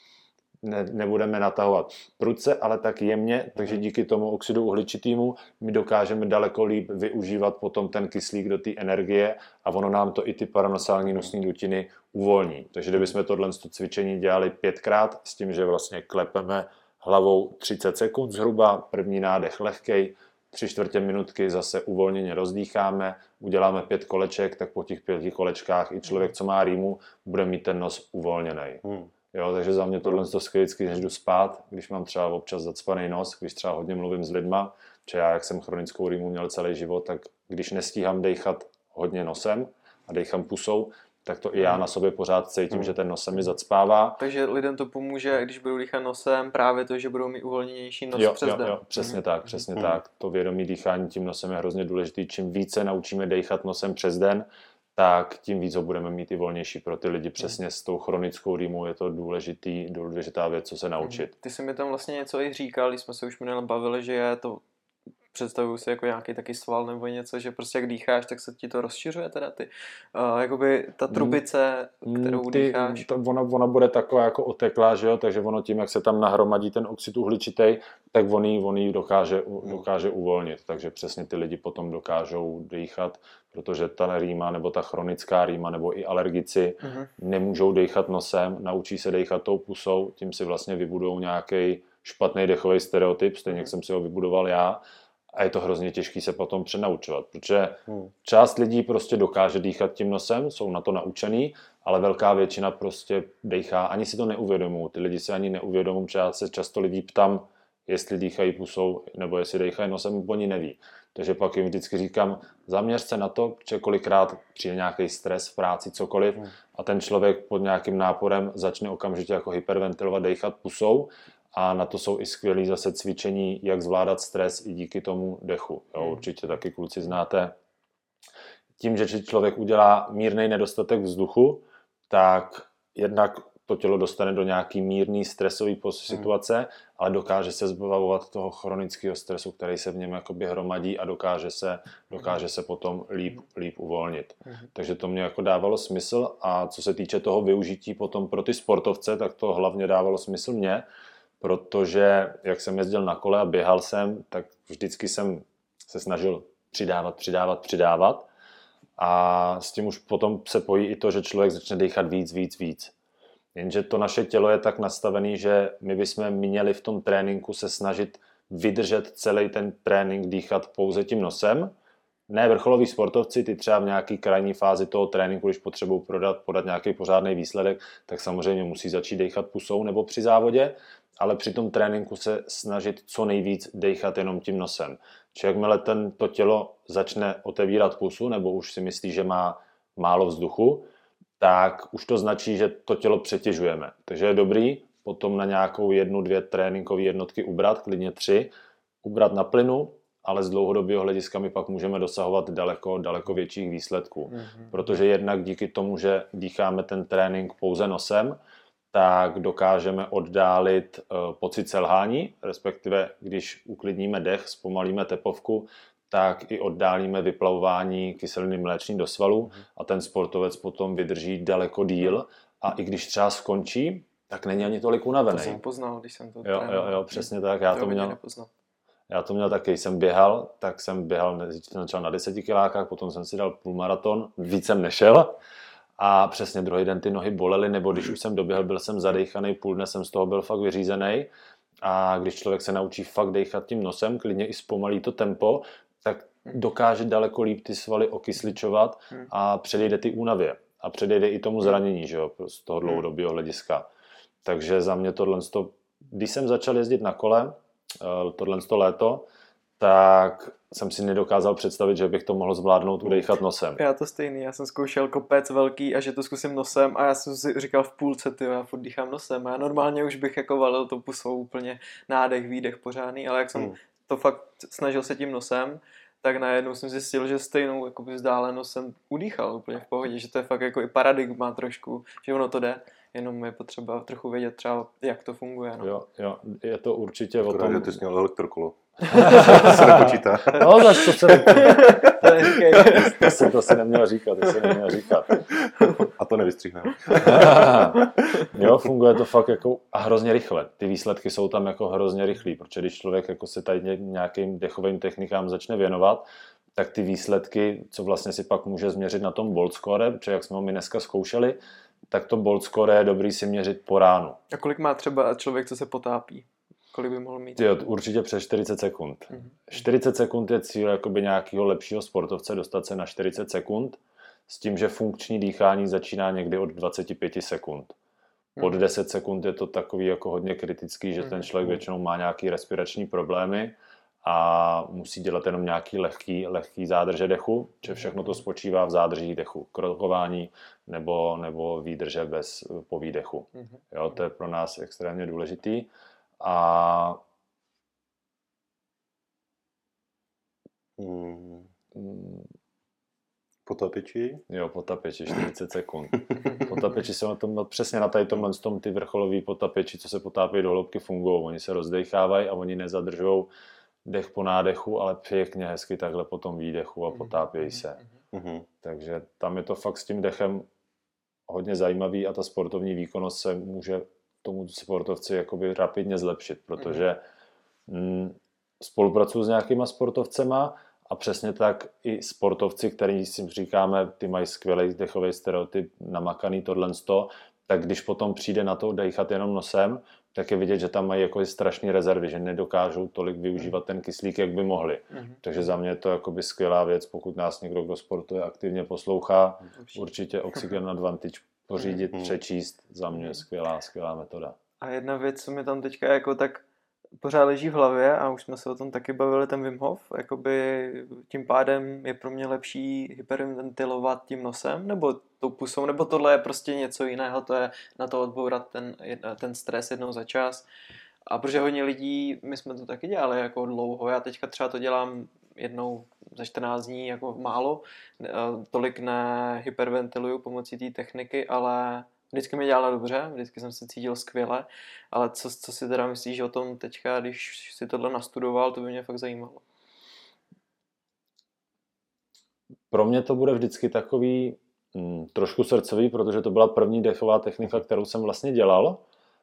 ne, nebudeme natahovat prudce, ale tak jemně, takže díky tomu oxidu uhličitému my dokážeme daleko líp využívat potom ten kyslík do té energie a ono nám to i ty paranosální nosní dutiny uvolní. Takže kdybychom tohle cvičení dělali pětkrát s tím, že vlastně klepeme hlavou třicet sekund zhruba, první nádech lehkej, tři čtvrtě minutky zase uvolněně rozdýcháme, uděláme pět koleček, tak po těch pěti kolečkách i člověk, co má rýmu, bude mít ten nos uvolněný. Hmm. Jo, takže za mě tohle to vždycky, než jdu spát, když mám třeba občas zacpaný nos, když třeba hodně mluvím s lidma, že já, jak jsem chronickou rýmu měl celý život, tak když nestíhám dejchat hodně nosem a dejchám pusou, tak to i já na sobě pořád cítím, hmm. že ten nos se mi zacpává. Takže lidem to pomůže, když budou dýchat nosem, právě to, že budou mít uvolněnější nos jo, přes jo, den. Jo, přesně hmm. tak, přesně hmm. tak. To vědomí dýchání tím nosem je hrozně důležitý. Čím více naučíme dejchat nosem přes den, tak tím víc ho budeme mít i volnější pro ty lidi. Přesně s tou chronickou rýmou je to důležitý, důležitá věc, co se naučit. Ty jsi mi tam vlastně něco i říkal, když jsme se už minule bavili, že je to, představuju si jako nějaký taky sval nebo něco, že prostě jak dýcháš, tak se ti to rozšiřuje teda ty, uh, jakoby ta trubice, kterou ty, dýcháš. To, ona, ona bude taková jako oteklá, že jo, takže ono tím, jak se tam nahromadí ten oxid uhličitý, tak on ji, on ji dokáže, dokáže uvolnit, takže přesně ty lidi potom dokážou dýchat, protože ta rýma nebo ta chronická rýma nebo i alergici uh-huh. nemůžou dýchat nosem, naučí se dýchat tou pusou, tím si vlastně vybudou nějaký špatný dechový stereotyp, stejně uh-huh. jak jsem si ho vybudoval já. A je to hrozně těžké se potom přenaučovat, protože hmm. část lidí prostě dokáže dýchat tím nosem, jsou na to naučený, ale velká většina prostě dýchá, ani si to neuvědomují. Ty lidi si ani neuvědomují, že já se často lidí ptám, jestli dýchají pusou nebo jestli dýchají nosem, oni neví. Takže pak jim vždycky říkám, zaměř se na to, že kolikrát přijde nějaký stres v práci, cokoliv hmm. a ten člověk pod nějakým náporem začne okamžitě jako hyperventilovat, dýchat pusou. A na to jsou i skvělé zase cvičení, jak zvládat stres i díky tomu dechu. Jo, určitě taky kluci znáte. Tím, že člověk udělá mírný nedostatek vzduchu, tak jednak to tělo dostane do nějaký mírný stresový situace, hmm. ale dokáže se zbavovat toho chronického stresu, který se v něm jakoby hromadí a dokáže se, dokáže se potom líp, líp uvolnit. Hmm. Takže to mě jako dávalo smysl a co se týče toho využití potom pro ty sportovce, tak to hlavně dávalo smysl mně, protože jak jsem jezdil na kole a běhal jsem, tak vždycky jsem se snažil přidávat, přidávat, přidávat a s tím už potom se pojí i to, že člověk začne dýchat víc, víc, víc. Jenže to naše tělo je tak nastavené, že my bychom měli v tom tréninku se snažit vydržet celý ten trénink dýchat pouze tím nosem. Ne vrcholoví sportovci, ty třeba v nějaké krajní fázi toho tréninku, když potřebují podat, podat nějaký pořádný výsledek, tak samozřejmě musí začít dýchat pusou nebo při závodě, ale při tom tréninku se snažit co nejvíc dejchat jenom tím nosem. Či jakmile to tělo začne otevírat pusu, nebo už si myslí, že má málo vzduchu, tak už to značí, že to tělo přetěžujeme. Takže je dobrý potom na nějakou jednu, dvě tréninkové jednotky ubrat, klidně tři, ubrat na plynu, ale z dlouhodobého hlediska my pak můžeme dosahovat daleko, daleko větších výsledků. Mm-hmm. Protože jednak díky tomu, že dýcháme ten trénink pouze nosem, tak dokážeme oddálit uh, pocit selhání, respektive když uklidníme dech, zpomalíme tepovku, tak i oddálíme vyplavování kyseliny mléční do svalů mm. a ten sportovec potom vydrží daleko díl a i když třeba skončí, tak není ani tolik unavený. To jsem poznal, když jsem to jo, jo, jo, přesně tak. Já to, to měl, já to měl taky, jsem běhal, tak jsem běhal začal na deseti kilákách, potom jsem si dal půlmaraton, víc jsem nešel. A přesně druhý den ty nohy bolely, nebo když už jsem doběhl, byl jsem zadejchaný, půl dne jsem z toho byl fakt vyřízený. A když člověk se naučí fakt dejchat tím nosem, klidně i zpomalí to tempo, tak dokáže daleko líp ty svaly okysličovat a předejde ty únavě. A předejde i tomu zranění, že jo, z toho dlouhodobého hlediska. Takže za mě tohle, když jsem začal jezdit na kole, tohle léto, tak jsem si nedokázal představit, že bych to mohl zvládnout udejchat nosem. Já to stejný, já jsem zkoušel kopec velký a že to zkusím nosem a já jsem si říkal v půlce, ty já furt dýchám nosem a já normálně už bych jako valil to pusou úplně nádech, výdech pořádný, ale jak jsem hmm. to fakt snažil se tím nosem, tak najednou jsem zjistil, že stejnou jakoby vzdálenost jsem udýchal úplně v pohodě, že to je fakt jako i paradigma trošku, že ono to jde, jenom je potřeba trochu vědět třeba, jak to funguje. No. Jo, jo, je to určitě Akorát, o tom... že ty jsi měl elektrokolo. To se nepočítá. No, zase to se... to, se, to se neměl říkat, to se neměl říkat. A to nevystřihneme. Jo, funguje to fakt jako a hrozně rychle. Ty výsledky jsou tam jako hrozně rychlý, protože když člověk jako se tady nějakým dechovým technikám začne věnovat, tak ty výsledky, co vlastně si pak může změřit na tom bolt score, protože jak jsme ho my dneska zkoušeli, tak to bolt score je dobrý si měřit po ránu. A kolik má třeba člověk, co se potápí? Kolik by mohl mít? Tyjo, určitě přes čtyřicet sekund. Mm-hmm. čtyřicet sekund je cíl jakoby nějakého lepšího sportovce, dostat se na čtyřicet sekund, s tím, že funkční dýchání začíná někdy od dvacet pět sekund. Pod deset sekund je to takový jako hodně kritický, že ten člověk většinou má nějaký respirační problémy a musí dělat jenom nějaký lehký, lehký zádrže dechu, že všechno to spočívá v zádržích dechu, krokování nebo, nebo výdrže bez po výdechu. Jo, to je pro nás extrémně důležitý. A Hmm. Potapiči? Jo, potapeči, čtyřicet sekund. Potapeči jsou na tom, přesně na tady tomhle tom ty vrcholoví potapeči, co se potápějí do hloubky, fungují. Oni se rozdechávají a oni nezadržují dech po nádechu, ale pěkně hezky takhle po tom výdechu a potápějí se. Mm-hmm. Takže tam je to fakt s tím dechem hodně zajímavý a ta sportovní výkonnost se může tomu sportovci jakoby rapidně zlepšit, protože mm, spolupracuju s nějakýma sportovcema a přesně tak i sportovci, který si říkáme, ty mají skvělý dechový stereotyp, namakaný tohleto, tak když potom přijde na to dechat jenom nosem, tak je vidět, že tam mají jako strašný rezervy, že nedokážou tolik využívat ten kyslík, jak by mohli. Mm-hmm. Takže za mě je to jakoby skvělá věc, pokud nás někdo, kdo sportuje, aktivně poslouchá, určitě, určitě Oxygen Advantage pořídit, mm-hmm. přečíst, za mě je skvělá, skvělá metoda. A jedna věc, co mi tam teďka jako tak pořád leží v hlavě a už jsme se o tom taky bavili, ten Wim Hof, jakoby tím pádem je pro mě lepší hyperventilovat tím nosem nebo tou pusou, nebo tohle je prostě něco jiného, to je na to odbourat ten, ten stres jednou za čas. A protože hodně lidí, my jsme to taky dělali jako dlouho, já teďka třeba to dělám jednou za čtrnáct dní jako málo, tolik nehyperventiluju pomocí té techniky, ale vždycky mi dělala dobře, vždycky jsem se cítil skvěle, ale co, co si teda myslíš o tom teďka, když si tohle nastudoval, to by mě fakt zajímalo. Pro mě to bude vždycky takový mm, trošku srdcový, protože to byla první dechová technika, kterou jsem vlastně dělal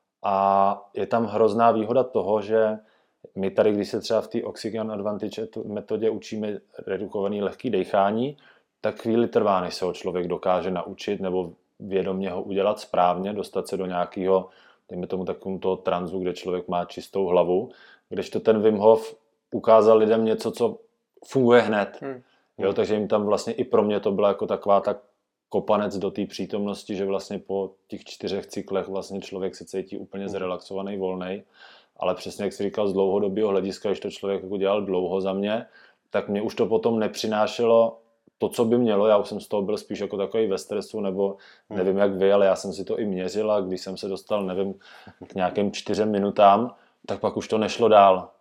a je tam hrozná výhoda toho, že my tady, když se třeba v té Oxygen Advantage metodě učíme redukovaný lehký dechání, tak chvíli trvá, než se ho člověk dokáže naučit nebo vědomě ho udělat správně, dostat se do nějakého, dejme tomu takovým toho tranzu, kde člověk má čistou hlavu, kdežto ten Wim Hof ukázal lidem něco, co funguje hned. Hmm. Jo, takže jim tam vlastně i pro mě to byla jako taková ta kopanec do té přítomnosti, že vlastně po těch čtyřech cyklech vlastně člověk se cítí úplně zrelaxovaný, volnej, ale přesně jak jsi říkal, z dlouhodobého hlediska, když to člověk jako dělal dlouho za mě, tak mě už to potom nepřinášelo to, co by mělo, já už jsem z toho byl spíš jako takový ve stresu, nebo nevím jak vy, ale já jsem si to i měřil a když jsem se dostal, nevím, k nějakým čtyřem minutám, tak pak už to nešlo dál.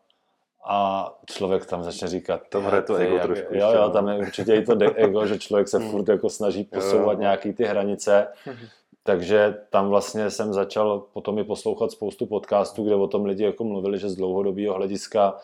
A člověk tam začne říkat... Tam hraje to ego jak, trošku. Jo, jo, tam je určitě i to ego, že člověk se furt jako snaží posouvat jo, nějaký ty hranice. Takže tam vlastně jsem začal potom i poslouchat spoustu podcastů, kde o tom lidi jako mluvili, že z dlouhodobého hlediska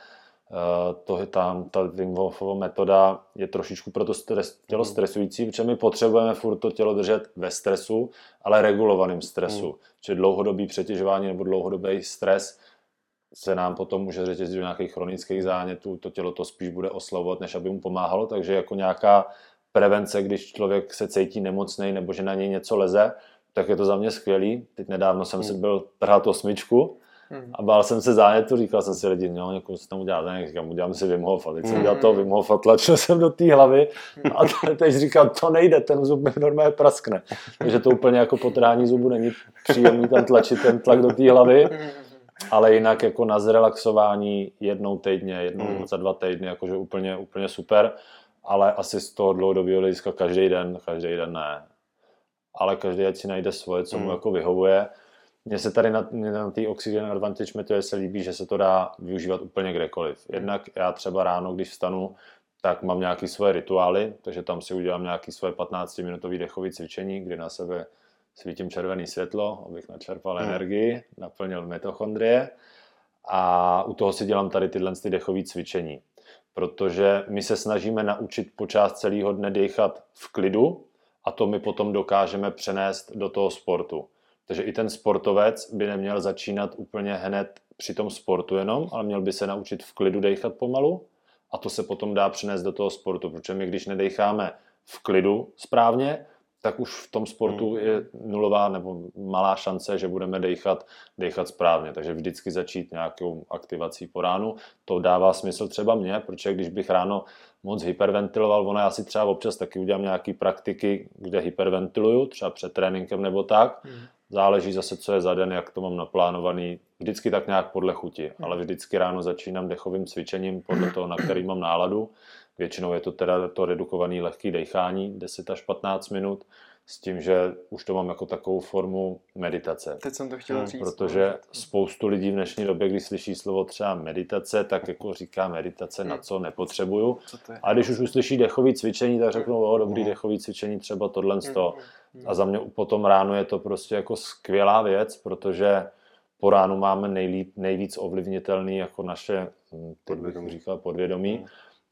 to, tam, ta Wim Hofova metoda je trošičku pro to stres, tělo stresující, protože my potřebujeme furt to tělo držet ve stresu, ale regulovaným stresu. Mm. Čili dlouhodobý přetěžování nebo dlouhodobý stres se nám potom může řetězit do nějakých chronických zánětů, to tělo to spíš bude oslavovat, než aby mu pomáhalo, takže jako nějaká prevence, když člověk se cítí nemocnej nebo že na něj něco leze, tak je to za mě skvělý. Teď nedávno jsem mm. si byl trhat osmičku, a bál jsem se zánětu, říkal jsem si lidi, no, někoho si tam udělat, ne, říkám, udělám si Wim Hof, a teď jsem udělal toho Wim Hof a tlačil jsem do té hlavy a teď říkám, to nejde, ten zub mi normálně praskne. Takže to úplně jako potrhání zubu není příjemný tam tlačit ten tlak do té hlavy, ale jinak jako na zrelaxování jednou týdně, jednou za dva týdny, jakože úplně, úplně super, ale asi z toho dlouhodobého hlediska každý den, každý den ne. Ale každý ať si najde svoje, co mu jako vyhovuje. Mně se tady na, na té Oxygen Advantage metodě se líbí, že se to dá využívat úplně kdekoliv. Jednak já třeba ráno, když vstanu, tak mám nějaké svoje rituály, takže tam si udělám nějaké svoje patnáctiminutové dechové cvičení, kdy na sebe svítím červené světlo, abych načerpal hmm. energii, naplnil mitochondrie a u toho si dělám tady tyhle ty dechové cvičení. Protože my se snažíme naučit počas celého dne dýchat v klidu a to my potom dokážeme přenést do toho sportu. Takže i ten sportovec by neměl začínat úplně hned při tom sportu jenom, ale měl by se naučit v klidu dejchat pomalu a to se potom dá přenést do toho sportu, protože my když nedejcháme v klidu správně, tak už v tom sportu je nulová nebo malá šance, že budeme dejchat, dejchat správně. Takže vždycky začít nějakou aktivací po ránu. To dává smysl třeba mně, protože když bych ráno moc hyperventiloval, ono já si třeba občas taky udělám nějaký praktiky, kde hyperventiluju, třeba před tréninkem nebo tak. Hmm. Záleží zase, co je za den, jak to mám naplánovaný. Vždycky tak nějak podle chuti, hmm. ale vždycky ráno začínám dechovým cvičením podle toho, na který mám náladu. Většinou je to teda to redukované lehké dechání, deset až patnáct minut, s tím, že už to mám jako takovou formu meditace. Teď jsem to chtěl říct. Protože spoustu lidí v dnešní době, když slyší slovo třeba meditace, tak jako říká meditace, na co nepotřebuju. Co a když už uslyší dechový cvičení, tak řeknou, o, dobrý dechový cvičení, třeba tohle z toho. A za mě potom ráno je to prostě jako skvělá věc, protože po ránu máme nejlíp, nejvíc ovlivnitelný jako naše, teď bych říkal, podvědomí.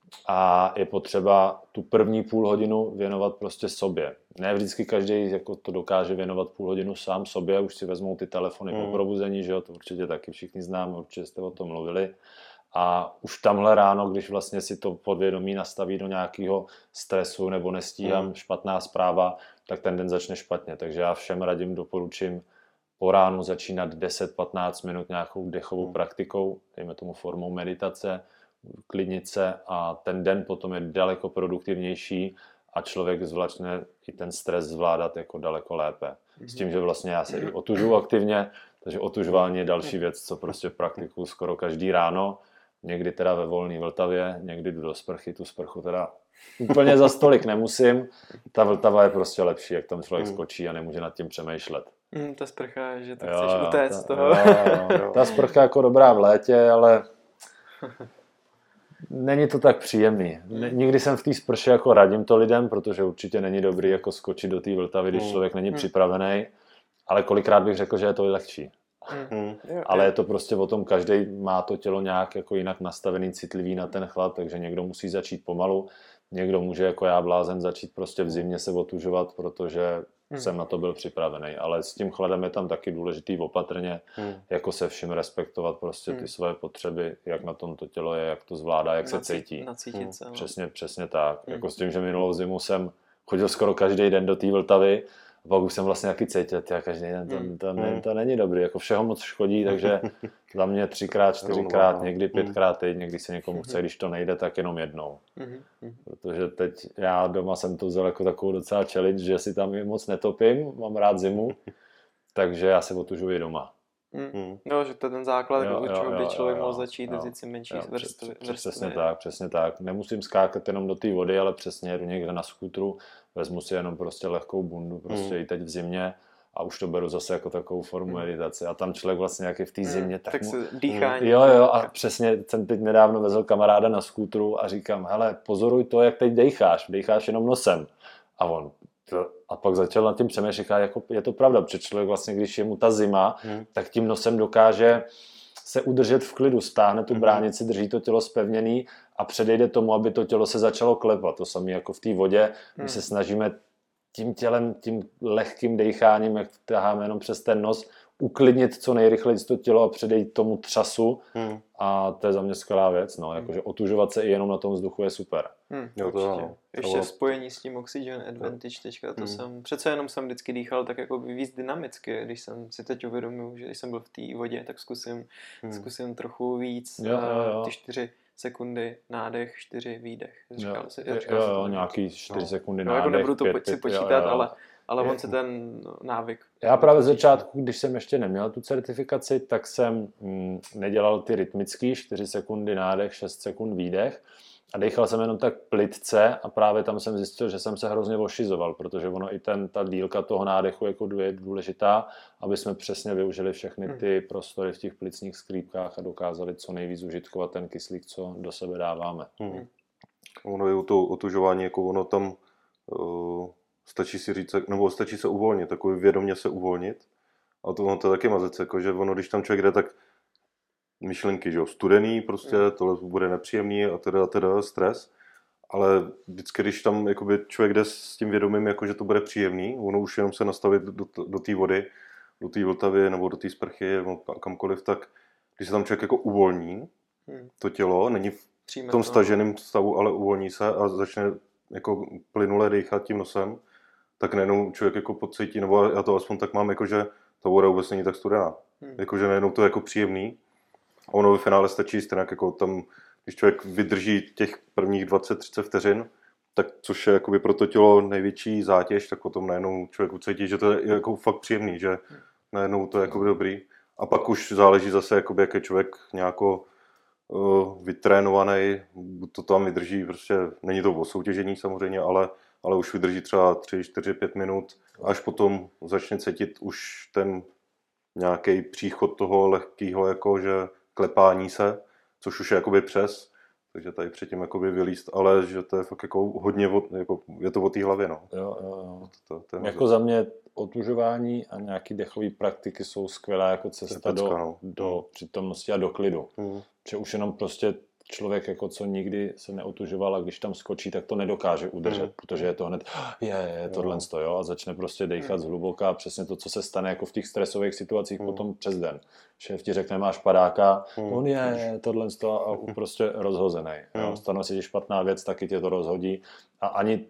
A je potřeba tu první půl hodinu věnovat prostě sobě. Ne vždycky každý jako to dokáže věnovat půl hodinu sám sobě, už si vezmou ty telefony mm. po probuzení, že jo, to určitě taky všichni známe, určitě jste o tom mluvili. A už tamhle ráno, když vlastně si to podvědomí nastaví do nějakého stresu nebo nestíhám mm. špatná zpráva, tak ten den začne špatně. Takže já všem radím, doporučím po ránu začínat deset patnáct minut nějakou dechovou mm. praktikou, dejme tomu formou meditace, klidnit se a ten den potom je daleko produktivnější a člověk zvládne i ten stres zvládat jako daleko lépe. S tím, že vlastně já se i otužuju aktivně, takže otužování je další věc, co prostě praktikuju skoro každý ráno. Někdy teda ve volné Vltavě, někdy jdu do sprchy, tu sprchu teda úplně za stolik nemusím. Ta Vltava je prostě lepší, jak tam člověk skočí a nemůže nad tím přemýšlet. Mm, ta sprcha, že to jo, chceš utéct z toho. Jo, jo. Ta sprcha jako dobrá v létě, ale není to tak příjemný. Nikdy jsem v té sprše jako radím to lidem, protože určitě není dobrý jako skočit do té Vltavy, když člověk není připravený, ale kolikrát bych řekl, že je to lehčí. Hmm. Ale je to prostě o tom, každý má to tělo nějak jako jinak nastavený, citlivý na ten chlad, takže někdo musí začít pomalu, někdo může jako já blázen začít prostě v zimě se otužovat, protože hmm. jsem na to byl připravený, ale s tím chladem je tam taky důležitý opatrně, hmm. jako se vším respektovat prostě ty hmm. svoje potřeby, jak na tom to tělo je, jak to zvládá, jak Nací, se cítí. Nacítit se, no. Přesně, přesně tak. Hmm. Jako s tím, že minulou zimu jsem chodil skoro každý den do té Vltavy, a pak už jsem vlastně taky cítil, já každý den, to, to, to, to není dobrý, jako všeho moc škodí, takže za mě třikrát, čtyřikrát, někdy pětkrát teď, někdy se někomu chce, když to nejde, tak jenom jednou. Protože teď já doma jsem to vzal jako takovou docela challenge, že si tam moc netopím, mám rád zimu, takže já se otužuji doma. Mm. No, že to je ten základ, jo, jo, jo, by člověk mohl začít vzít si menší jo, vrstvy. Přesně tak, přesně tak. Nemusím skákat jenom do té vody, ale přesně jedu někde na skútru, vezmu si jenom prostě lehkou bundu, prostě mm. i teď v zimě a už to beru zase jako takovou formu meditace. A tam člověk vlastně jak je v té zimě, tak, tak mu... se dýchání. Jo, jo, a přesně jsem teď nedávno vezl kamaráda na skútru a říkám, hele, pozoruj to, jak teď dejcháš, dejcháš jenom nosem. A on... A pak začal nad tím přemýšlet, jako je to pravda, protože člověk vlastně, když je mu ta zima, hmm. tak tím nosem dokáže se udržet v klidu, stáhne tu bránici, drží to tělo zpevněný a předejde tomu, aby to tělo se začalo klepat. To samé jako v té vodě, my hmm. se snažíme tím tělem, tím lehkým dejcháním, jak taháme jenom přes ten nos, uklidnit co nejrychleji to tělo a předejít tomu třasu hmm. a to je za mě skvělá věc, no, jakože otužovat se i jenom na tom vzduchu je super. Hmm, jo, to no. Ještě to... spojení s tím Oxygen Advantage teďka, to hmm. jsem, přece jenom jsem vždycky dýchal tak jako víc dynamicky, když jsem si teď uvědomil, že když jsem byl v té vodě, tak zkusím, hmm. zkusím trochu víc, jo, jo, jo. ty čtyři sekundy nádech, čtyři výdech. Říkal, jo, říkal jo, jo, nějaký čtyři no. sekundy no, nádech, jako nebudu to pět, si pět, počítat, jo, jo. ale ale on se ten návyk... Já právě z začátku, když jsem ještě neměl tu certifikaci, tak jsem mm, nedělal ty rytmický čtyři sekundy nádech, šest sekund výdech a dechal jsem jenom tak plytce a právě tam jsem zjistil, že jsem se hrozně ošizoval, protože ono i ten, ta dílka toho nádechu jako je důležitá, aby jsme přesně využili všechny ty prostory v těch plicních sklípkách a dokázali co nejvíc užitkovat ten kyslík, co do sebe dáváme. Hmm. Ono je to otužování, jako ono tam uh, stačí si říct, nebo stačí se uvolnit, takový vědomě se uvolnit. A to, ono to je taky mazec, jako, že ono, když tam člověk jde, tak myšlenky, že jo, studený, prostě mm. tohle bude nepříjemný a teda, a teda stres. Ale vždycky, když tam jakoby, člověk jde s tím vědomím, jako, že to bude příjemný, ono už jenom se nastavit do, do té vody, do té Vltavy nebo do té sprchy, nebo kamkoliv, tak když se tam člověk jako uvolní, mm. to tělo, není v v tom staženém stavu, ale uvolní se a začne jako plynule dýchat tím nosem, tak najednou člověk jako pocítí, nebo já to aspoň tak mám, jako že ta voda vůbec není tak studená. Hmm. Jakože najednou to je jako příjemný. A ono ve finále stačí stejnak, jako tam, když člověk vydrží těch prvních dvacet třicet vteřin, tak což je jakoby pro to tělo největší zátěž, tak potom najednou člověk ucítí, že to je jako fakt příjemný, že najednou to je jako dobrý. A pak už záleží zase, jakoby, jak je člověk nějako vytrénovaný, to tam vydrží, prostě není to o soutěžení samozřejmě, ale, ale už vydrží třeba tři, čtyři, pět minut, až potom začne cítit už ten nějaký příchod toho lehkého, jakože klepání se, což už je jakoby přes, takže tady předtím jakoby vylíst, ale že to je fakt jako hodně, jako, je to o té hlavě, no. Jo, jo, jo. To, to, to jako za mě otužování a nějaký dechové praktiky jsou skvělá jako cesta pecka, do, no. do přítomnosti a do klidu. Mm. Že už jenom prostě člověk, jako co nikdy se neotužoval a když tam skočí, tak to nedokáže udržet, mm. protože je to hned, je, je tohle jo. jo, a začne prostě dechat mm. zhluboka a přesně to, co se stane jako v těch stresových situacích mm. potom přes den. Šéf ti řekne, máš padáka, mm. on je, je tohle a prostě rozhozený. Mm. Stane se ti špatná věc, taky tě to rozhodí a ani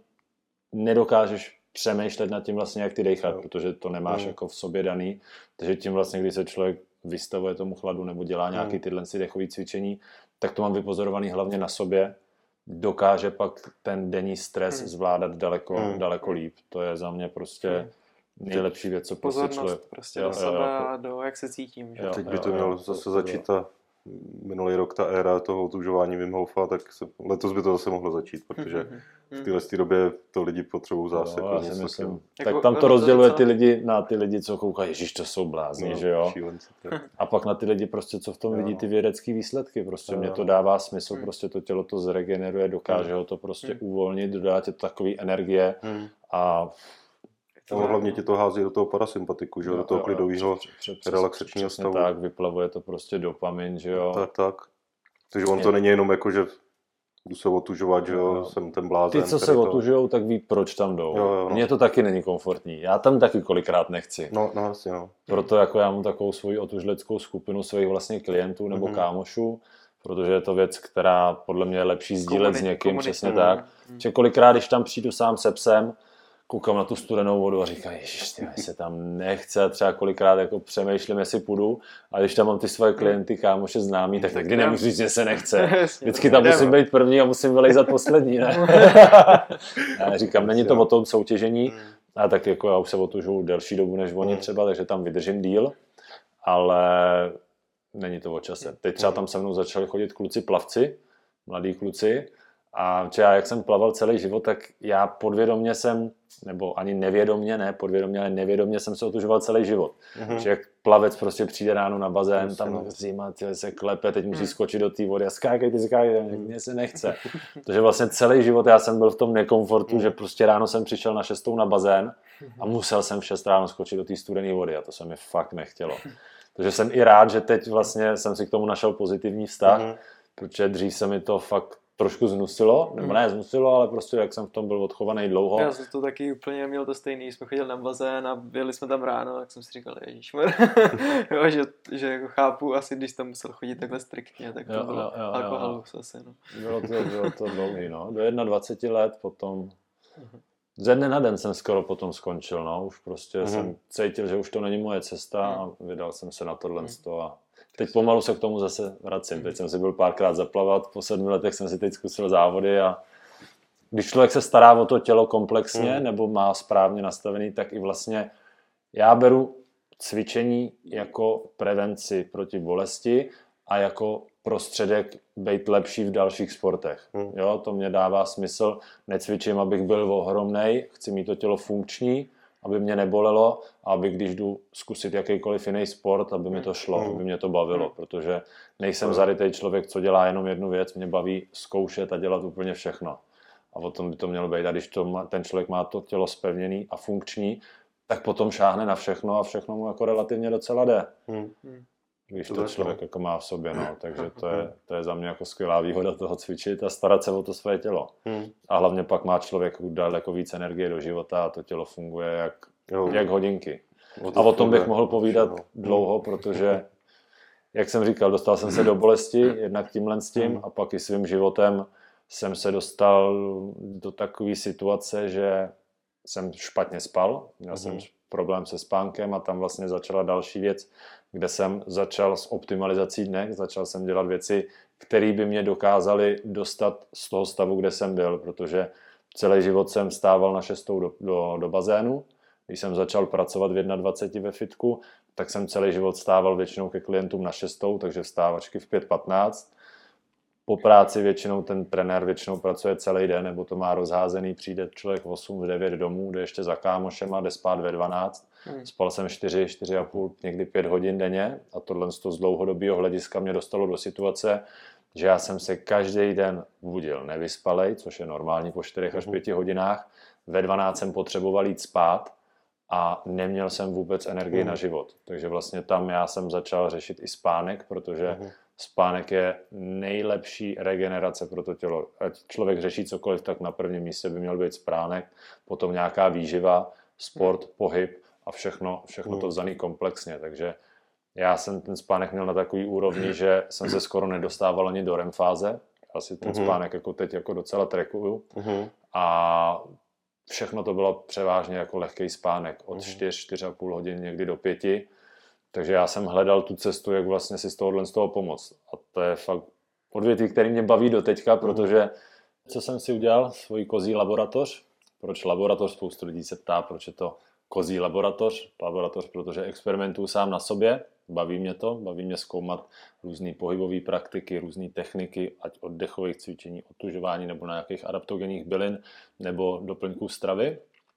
nedokážeš přemýšlet nad tím vlastně, jak ty dejchat, no. protože to nemáš mm. jako v sobě daný. Takže tím vlastně, když se člověk vystavuje tomu chladu nebo dělá nějaké tyhle dechové cvičení, tak to mám vypozorovaný hlavně na sobě. Dokáže pak ten denní stres mm. zvládat daleko, mm. daleko líp. To je za mě prostě nejlepší věc, co prostě člověk... prostě do sebe a do jak se cítím. Že? Jo, teď by to mělo zase začít ta minulý rok ta éra toho otužování Wim Hofa, tak se, letos by to zase mohlo začít, protože v téhle době to lidi potřebují zase. No, jako myslím, tak jako, tam to rozděluje ty lidi na ty lidi, co koukají, ježiš, to jsou blázni, no, že jo? Šílenci, a pak na ty lidi prostě, co v tom vidí ty vědecké výsledky, prostě mě to dává smysl, prostě to tělo to zregeneruje, dokáže ho to prostě uvolnit, dodá ti to takový energie a No, hlavně ti to hází do toho parasympatiku, že jo, do toho klidového relaxačního stavu. Tak, vyplavuje to prostě dopamin, že jo. Tak, tak. Takže on to není jenom jako, že jdu se otužovat, že jo, jsem ten blázen. Ty, co se to... otužujou, tak ví, proč tam jdou. Jo, jo, no. Mně to taky není komfortní. Já tam taky kolikrát nechci. No, no, jasně, no. Proto jako já mám takovou svoji otužleckou skupinu svých vlastně klientů nebo mm-hmm. kámošů, protože je to věc, která podle mě je lepší sdílet s někým, přesně tak. Mm-hmm. Že kolikrát, když tam přijdu sám se psem, koukám na tu studenou vodu a říkám, ježiš, mě se tam nechce, třeba kolikrát jako přemýšlím, jestli půjdu, a když tam mám ty svoje klienty, kámoše známí, tak nikdy nemůžu říct, že se nechce. Vždycky tam musím být první a musím vylejzat poslední, ne? Já říkám, není to o tom soutěžení, a tak jako já už se otužuju delší dobu než oni třeba, takže tam vydržím díl, ale není to o čase. Teď třeba tam se mnou začali chodit kluci plavci, mladí kluci, a já, jak jsem plaval celý život, tak já podvědomě jsem, nebo ani nevědomě, ne podvědomě, ale nevědomě jsem se otužoval celý život. Mm-hmm. Že jak plavec prostě přijde ráno na bazén, Musím. tam zima se klepe, teď musí skočit do té vody a skákej, ty skákej, mně se nechce. Takže vlastně celý život já jsem byl v tom nekomfortu, mm. že prostě ráno jsem přišel na šestou na bazén a musel jsem v šest ráno skočit do té studené vody a to se mi fakt nechtělo. Takže jsem i rád, že teď vlastně jsem si k tomu našel pozitivní vztah, mm. protože dřív se mi to fakt trošku znusilo, nebo ne znusilo, ale prostě jak jsem v tom byl odchovaný dlouho. Já jsem to taky úplně měl to stejný, jsme chodili na bazén a byli jsme tam ráno, tak jsem si říkal, ježišmar, jo, že, že jako chápu, asi když tam musel chodit takhle striktně, tak to jo, bylo jo, jo, alkoholu zase. No. Bylo to, bylo to dlouhý, no, do dvacet jedna let potom, ze dne na den jsem skoro potom skončil, no, už prostě uh-huh. jsem cítil, že už to není moje cesta a vydal jsem se na tohle uh-huh. a teď pomalu se k tomu zase vracím. Teď jsem si byl párkrát zaplavat, po sedmi letech jsem si teď zkusil závody a když člověk se stará o to tělo komplexně mm. nebo má správně nastavený, tak i vlastně já beru cvičení jako prevenci proti bolesti a jako prostředek být lepší v dalších sportech. Mm. Jo, to mě dává smysl. Necvičím, abych byl ohromnej, chci mít to tělo funkční aby mě nebolelo a aby když jdu zkusit jakýkoliv jiný sport, aby mi to šlo, Mm. aby mě to bavilo, protože nejsem zarytej člověk, co dělá jenom jednu věc, mě baví zkoušet a dělat úplně všechno. A o tom by to mělo být. A když to má, ten člověk má to tělo spevněný a funkční, tak potom šáhne na všechno a všechno mu jako relativně docela jde. Hmm. Když To to tak, člověk no. jako má v sobě, no. Takže to je, to je za mě jako skvělá výhoda toho cvičit a starat se o to svoje tělo. Hmm. A hlavně pak má člověk daleko víc energie do života a to tělo funguje jak, Jo. jak hodinky. O to A o tom bych funguje. mohl povídat No. dlouho, protože, jak jsem říkal, dostal jsem se do bolesti, jednak tímhle s tím, a pak i svým životem jsem se dostal do takové situace, že jsem špatně spal, měl jsem problém se spánkem a tam vlastně začala další věc, kde jsem začal s optimalizací dne, začal jsem dělat věci, které by mě dokázaly dostat z toho stavu, kde jsem byl, protože celý život jsem stával na šestou do, do, do bazénu. Když jsem začal pracovat v dvacet jedna ve fitku, tak jsem celý život stával většinou ke klientům na šestou, takže vstávačky v pět patnáct. Po práci většinou ten trenér většinou pracuje celý den, nebo to má rozházený, přijde člověk v osm, v devět domů, jde ještě za kámošema, jde spát ve dvanáct. Hmm. Spal jsem čtyři, čtyři a půl, někdy pět hodin denně a tohle z dlouhodobého hlediska mě dostalo do situace, že já jsem se každý den budil nevyspalej, což je normální po čtyřech až pěti hodinách. Ve dvanáct jsem potřeboval jít spát a neměl jsem vůbec energii hmm. na život. Takže vlastně tam já jsem začal řešit i spánek, protože hmm. spánek je nejlepší regenerace pro to tělo. Ať člověk řeší cokoliv, tak na prvním místě by měl být spánek, potom nějaká výživa, sport, pohyb a všechno, všechno to vzaný komplexně. Takže já jsem ten spánek měl na takový úrovni, že jsem se skoro nedostával ani do REM fáze. Asi ten spánek jako teď jako docela trackuju. A všechno to bylo převážně jako lehký spánek. Od čtyři, čtyři a půl hodin někdy do pěti. Takže já jsem hledal tu cestu, jak vlastně si z tohohle z toho pomoct. A to je fakt odvětví, který mě baví do teďka, protože co jsem si udělal? Svoji kozí laboratoř. Proč laboratoř? Spoustu lidí se ptá, proč je to kozí laboratoř. Laboratoř, protože experimentuju sám na sobě. Baví mě to, baví mě zkoumat různé pohybové praktiky, různé techniky, ať od dechových cvičení, otužování nebo na nějakých adaptogenních bylin nebo doplňků stravy.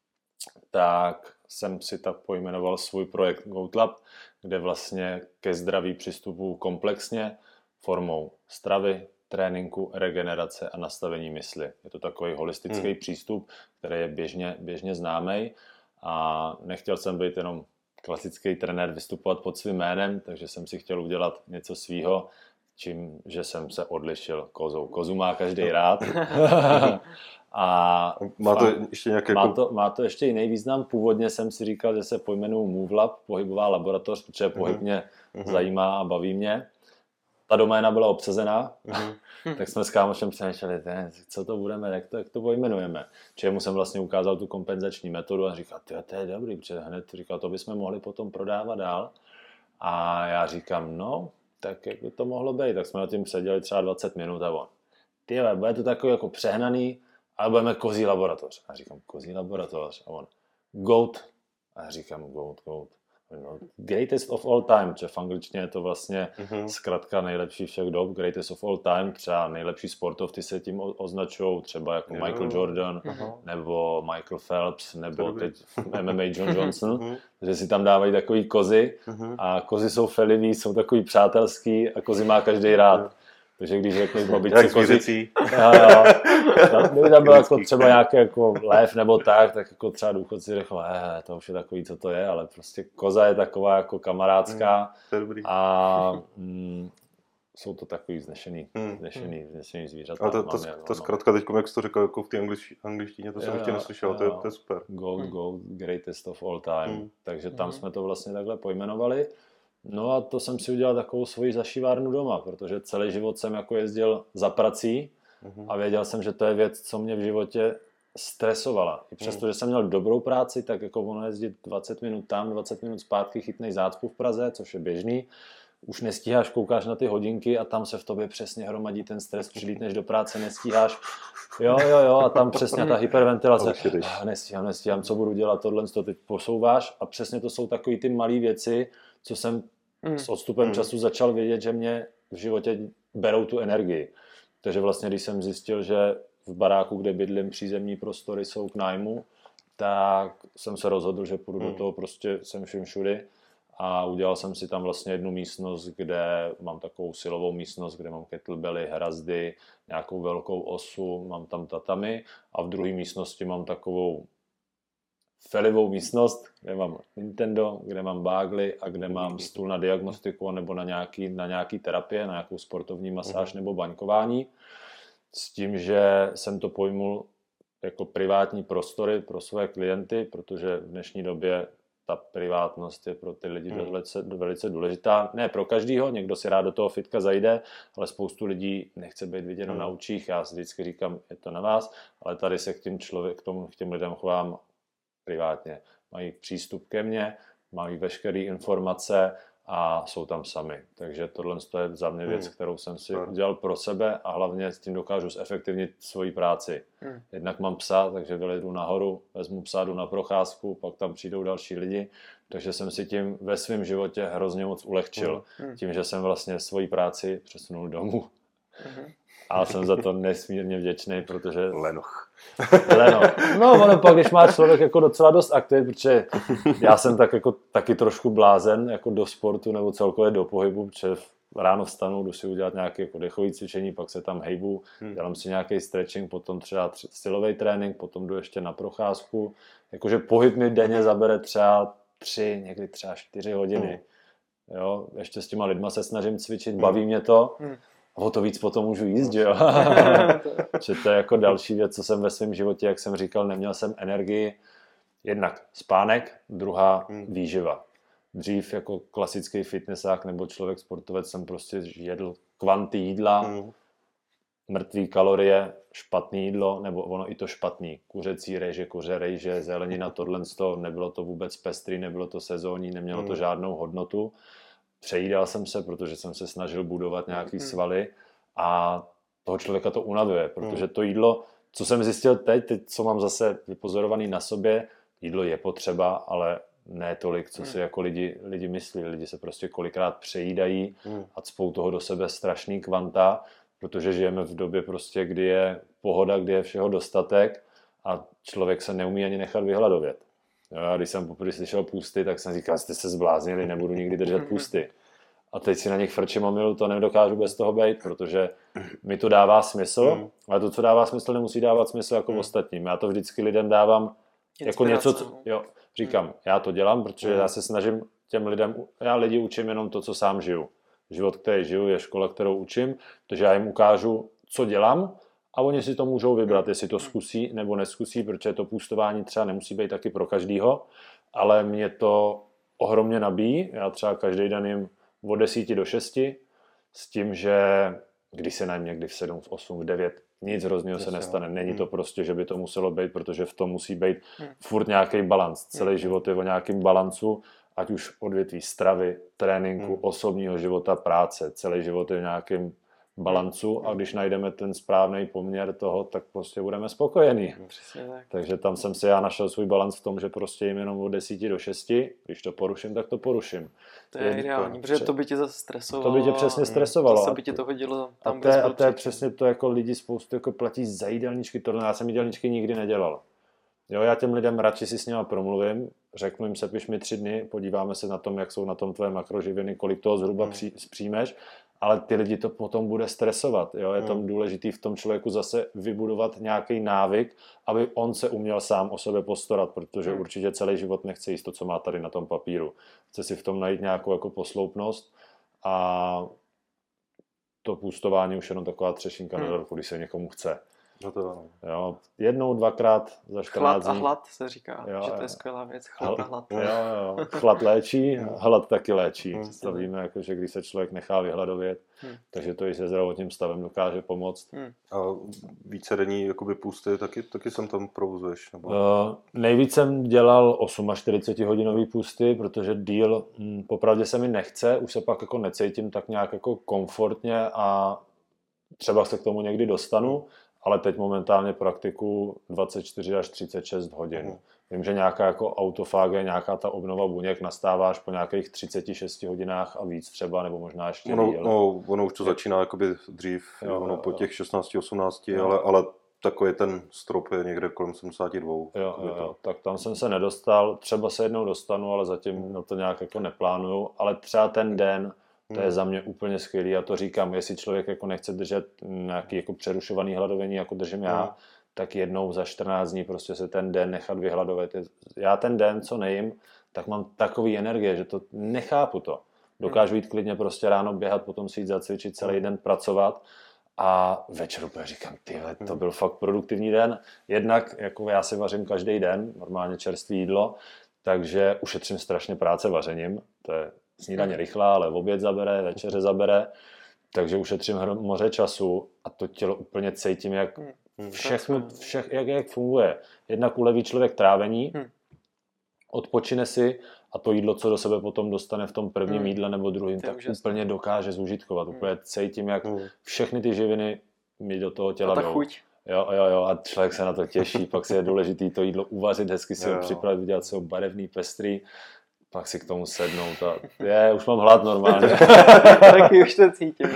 Tak jsem si tak pojmenoval svůj projekt GoatLab, kde vlastně ke zdraví přistupuji komplexně formou stravy, tréninku, regenerace a nastavení mysli. Je to takový holistický hmm. přístup, který je běžně, běžně známý a nechtěl jsem být jenom klasický trenér, vystupovat pod svým jménem, takže jsem si chtěl udělat něco svýho, čím, že jsem se odlišil kozou. Kozu má každý rád. A má to ještě nějaké... Má to, má to ještě jiný význam. Původně jsem si říkal, že se pojmenuji MoveLab, pohybová laboratoř, protože pohyb mě uh-huh. zajímá a baví mě. Ta doména byla obsazená, uh-huh. tak jsme s kámošem přemýšleli, co to budeme, jak to, jak to pojmenujeme. Čemu jsem vlastně ukázal tu kompenzační metodu a říkal, to je dobrý, protože hned říkal, to bychom mohli potom prodávat dál. A já říkám, no, tak jak by to mohlo být, tak jsme na tím seděli třeba dvacet minut a on, tyhle, bude to takový jako přehnaný, ale budeme kozí laboratoř. A říkám, kozí laboratoř. A on, goat. A já říkám, goat, goat. No, greatest of all time, že v angličtině je to vlastně uh-huh. zkratka nejlepší všech dob, greatest of all time, třeba nejlepší sportovci se tím označují, třeba jako uh-huh. Michael Jordan, uh-huh. nebo Michael Phelps, nebo teď M M A John Johnson, uh-huh. že si tam dávají takový kozy uh-huh. a kozy jsou felivý, jsou takový přátelský a kozy má každý rád. Uh-huh. Takže když řekneš babičce kozy, kdyby tam byl jako třeba nějaký jako lev nebo tak, tak jako třeba důchodci řekl, eh, to už je takový, co to je, ale prostě koza je taková jako kamarádská mm, a mm, jsou to takový vznešený, mm, vznešený, vznešený zvířata. A to, to, to, to zkrátka teď, jak jsi to řekl jako v té anglič, angličtině, to jsem jo, ještě neslyšel, jo, to, je, to je super. Goat, mm. goat, greatest of all time. Mm. Takže tam mm. jsme to vlastně takhle pojmenovali. No a to jsem si udělal takovou svoji zašívárnu doma, protože celý život jsem jako jezdil za prací uh-huh. a věděl jsem, že to je věc, co mě v životě stresovala. I přesto, uh-huh. že jsem měl dobrou práci, tak jako ono jezdit dvacet minut tam, dvacet minut zpátky, chytnej zácpu v Praze, což je běžný. Už nestíháš, koukáš na ty hodinky a tam se v tobě přesně hromadí ten stres, přilítneš do práce, nestíháš. Jo, jo, jo, a tam přesně ta hyperventilace. Nestíhám, nestíhám, co budu dělat, tohle to teď posouváš a přesně to jsou takový ty malé věci, co jsem mm. s odstupem mm. času začal vědět, že mě v životě berou tu energii. Takže vlastně, když jsem zjistil, že v baráku, kde bydlím, přízemní prostory jsou k nájmu tak jsem se rozhodl, že půjdu hmm. do toho prostě sem všim všudy a udělal jsem si tam vlastně jednu místnost, kde mám takovou silovou místnost, kde mám kettlebelly, hrazdy, nějakou velkou osu, mám tam tatami a v druhé místnosti mám takovou felivou místnost, kde mám Nintendo, kde mám bágly a kde mám stůl na diagnostiku nebo na nějaký, na nějaký terapie, na nějakou sportovní masáž nebo baňkování. S tím, že jsem to pojmul jako privátní prostory pro své klienty, protože v dnešní době ta privátnost je pro ty lidi hmm. velice, velice důležitá. Ne pro každýho, někdo si rád do toho fitka zajde, ale spoustu lidí nechce být viděno hmm. na očích. Já si vždycky říkám, je to na vás, ale tady se k těm, člověk, k tomu, k těm lidem chovám privátně. Mají přístup ke mně, mají veškeré informace a jsou tam sami. Takže tohle je za mě věc, hmm. kterou jsem si udělal pro sebe a hlavně s tím dokážu zefektivnit svoji práci. Hmm. Jednak mám psa, takže vylezu nahoru, vezmu psa, jdu na procházku, pak tam přijdou další lidi, takže jsem si tím ve svém životě hrozně moc ulehčil. Hmm. Tím, že jsem vlastně svoji práci přesunul domů. Hmm. A jsem za to nesmírně vděčný, protože... Lenoch. Lenoch. No, ono pak, když má člověk jako docela dost aktiv, protože já jsem tak jako taky trošku blázen jako do sportu nebo celkově do pohybu, protože ráno vstanu, jdu si udělat nějaké jako dechové cvičení, pak se tam hejbu, dělám si nějaký stretching, potom třeba silový trénink, potom jdu ještě na procházku. Jakože pohyb mi denně zabere třeba tři, někdy třeba čtyři hodiny. Jo, ještě s těma lidma se snažím cvičit, baví mě to. A o to víc potom můžu jíst, že jo? Že to je jako další věc, co jsem ve svém životě, jak jsem říkal, neměl jsem energii. Jednak spánek, druhá výživa. Dřív jako klasický fitnessák nebo člověk sportovec jsem prostě jedl kvanty jídla, mm. mrtvý kalorie, špatný jídlo, nebo ono i to špatný. Kuřecí rejže, kuře rejže, zelenina, tohle, nebylo to vůbec pestrý, nebylo to sezónní, nemělo mm. to žádnou hodnotu. Přejídal jsem se, protože jsem se snažil budovat nějaký svaly a toho člověka to unavuje, protože to jídlo, co jsem zjistil teď, teď co mám zase vypozorovaný na sobě, jídlo je potřeba, ale ne tolik, co si jako lidi, lidi myslí. Lidi se prostě kolikrát přejídají a cpou toho do sebe strašný kvanta, protože žijeme v době prostě, kdy je pohoda, kdy je všeho dostatek a člověk se neumí ani nechat vyhladovět. Jo, a když jsem poprvé slyšel půsty, tak jsem říkal, jste se zbláznili, nebudu nikdy držet půsty. A teď si na nich frčím a milu, to nedokážu bez toho být, protože mi to dává smysl, ale to, co dává smysl, nemusí dávat smysl jako ostatním. Já to vždycky lidem dávám jako něco, co, jo, říkám, já to dělám, protože já se snažím těm lidem, já lidi učím jenom to, co sám žiju. Život, který žiju, je škola, kterou učím, takže já jim ukážu, co dělám, a oni si to můžou vybrat, jestli to zkusí nebo neskusí, protože to půstování třeba nemusí být taky pro každýho, ale mě to ohromně nabíjí. Já třeba každý den jim od desíti do šesti s tím, že když se najím někdy v sedm, v osm, v devět, nic hroznýho se nestane. Není to prostě, že by to muselo být, protože v tom musí být furt nějaký balans. Celý život je o nějakém balancu, ať už odvětví stravy, tréninku, osobního života, práce. Celý život je v nějakém balancu a když najdeme ten správný poměr toho, tak prostě budeme spokojení. Tak. Takže tam jsem si já našel svůj balans v tom, že prostě jim jenom od desíti do šesti, když to poruším, tak to poruším. To je, je ideální, protože to by tě zase stresovalo. To by tě přesně stresovalo. To by tě to hodilo tam, a to, je, a to je přesně to, jako lidi spoustu jako platí za jídelníčky, tohle já jsem jídelníčky nikdy nedělal. Jo, já těm lidem radši si s nimi promluvím, řeknu jim, sepiš mi tři dny, podíváme se na tom, jak jsou na tom tvoje makroživiny, kolik toho zhruba hmm. při, přijmeš, ale ty lidi to potom bude stresovat. Jo? Je tam hmm. důležitý v tom člověku zase vybudovat nějaký návyk, aby on se uměl sám o sebe postarat, protože hmm. určitě celý život nechce jíst to, co má tady na tom papíru. Chce si v tom najít nějakou jako posloupnost a to půstování už jenom taková třešinka hmm. na dorku, když se někomu chce. No to jo, jednou, dvakrát za čtrnáct dní. Chlad a dní. hlad se říká, jo, že to jo. je skvělá věc. Chlad a hlad. Jo, jo. Chlad léčí, hlad taky léčí. Představíme, jako, že když se člověk nechá vyhladovět, hmm. takže to i se zdravotním stavem dokáže pomoct. Hmm. A vícedenní jakoby půsty taky, taky jsem tam provozuješ? Nebo? Uh, nejvíc jsem dělal čtyřicetiosmhodinový půsty, protože díl hm, popravdě se mi nechce, už se pak jako necítím tak nějak jako komfortně a třeba se k tomu někdy dostanu, ale teď momentálně praktikuju dvacet čtyři až třicet šest hodin. Mm. Vím, že nějaká jako autofáge, nějaká ta obnova buněk nastává až po nějakých třiceti šesti hodinách a víc třeba, nebo možná ještě ono, díl. No, ono už to začíná jakoby dřív, jo, ono jo, po jo. těch šestnácti osmnácti, ale, ale takový ten strop je někde kolem sedmdesát dva. Jo, jo, jo, tak tam jsem se nedostal, třeba se jednou dostanu, ale zatím na to nějak jako neplánuju, ale třeba ten den, to je za mě úplně skvělý, já to říkám, jestli člověk jako nechce držet nějaký jako přerušovaný hladovění, jako držím já, hmm. tak jednou za čtrnáct dní prostě se ten den nechat vyhladovat. Já ten den, co nejím, tak mám takový energie, že to nechápu to. Dokážu jít klidně prostě ráno běhat, potom si jít zacvičit, celý den pracovat a večer úplně říkám, tyhle, to byl fakt produktivní den. Jednak jako já si vařím každý den, normálně čerstvé jídlo, takže ušetřím strašně práce vařením, to je snídaně rychlá, ale oběd zabere, večeře zabere, takže ušetřím moře času a to tělo úplně cítím, jak všechno, všech, jak, jak funguje. Jednak uleví člověk trávení, odpočine si a to jídlo, co do sebe potom dostane v tom prvním hmm. jídle nebo druhým, tak úplně dokáže zužitkovat. Hmm. Úplně cítím, jak hmm. všechny ty živiny mi do toho těla jdou. A ta jdou. chuť. Jo, jo, jo, a člověk se na to těší, pak si je důležitý to jídlo uvařit, hezky si ho připravit, udělat si ho barevný, pestrý, pak si k tomu sednout a je, už mám hlad normálně. Taky už to cítím.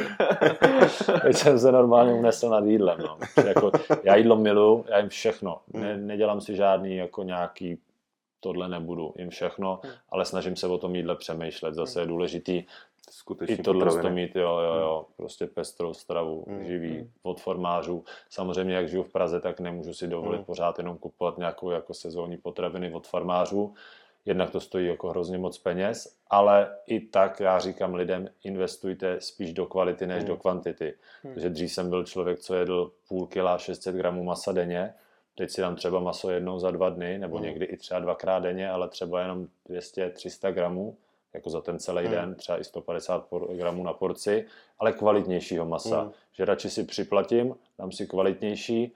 Teď jsem se normálně unesl nad jídlem. No. Jako, já jídlo miluju, já jim všechno. Ne, nedělám si žádný jako nějaký tohle nebudu, jim všechno, hmm. ale snažím se o tom jídle přemýšlet. Zase je důležitý skutečně i tohle potraviny. to mít, jo, jo, jo, prostě pestrou stravu, hmm. živý, hmm. od formářů. Samozřejmě, jak žiju v Praze, tak nemůžu si dovolit hmm. pořád jenom kupovat nějakou jako sezónní potraviny od farmářů. Jednak to stojí jako hrozně moc peněz, ale i tak já říkám lidem, investujte spíš do kvality než hmm. do kvantity. Hmm. Takže dřív jsem byl člověk, co jedl půl kila šest set gramů masa denně, teď si dám třeba maso jednou za dva dny, nebo mm. někdy i třeba dvakrát denně, ale třeba jenom dvě stě tři sta gramů, jako za ten celý mm. den, třeba i sto padesát gramů na porci, ale kvalitnějšího masa. Mm. Že radši si připlatím, dám si kvalitnější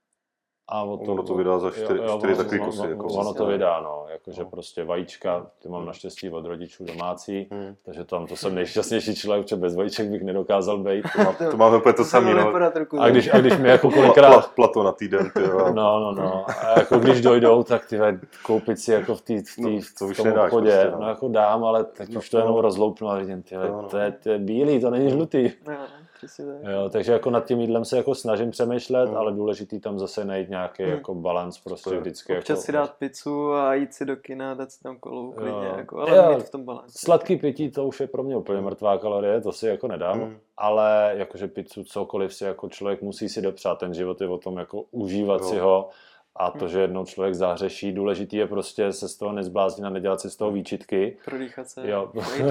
a o to, ono to vydá za čtyři, jo, čtyři ono, takový ono, kusy. Ono, jako ono to vydá, no, jakože no. prostě vajíčka, ty mám naštěstí od rodičů domácí, mm. takže tam to jsem nejšťastnější člověk, že bez vajíček bych nedokázal být. To, má, to máme úplně to samé, no. A když, a když mi jako kolikrát... Plato na týden, ty jo. No, no, no. A jako když dojdou, tak ty koupit si jako v, tý, v, tý, no, v tom obchodě, prostě, no. no jako dám, ale teď no, už to jenom rozloupnu a vidím, ty no, no. to, je, to je bílý, to není žlutý. No, tak. Jo, takže jako nad tím jídlem se jako snažím přemýšlet, hmm. ale důležitý tam zase najít nějaký hmm. jako balans prostě vždycky. Občas jako, si dát pizzu a jít si do kina, dát si tam kolou klidně, jako, ale jo, mít v tom balans. Sladký pití, to už je pro mě úplně mrtvá kalorie, to si jako nedám, hmm. ale jakože pizzu, cokoliv si jako člověk musí si dopřát, ten život je o tom jako užívat jo. si ho. A to, že jednou člověk zahřeší, důležitý je prostě se z toho nezbláznit a nedělat si z toho výčitky. Prodýchat se. Jo,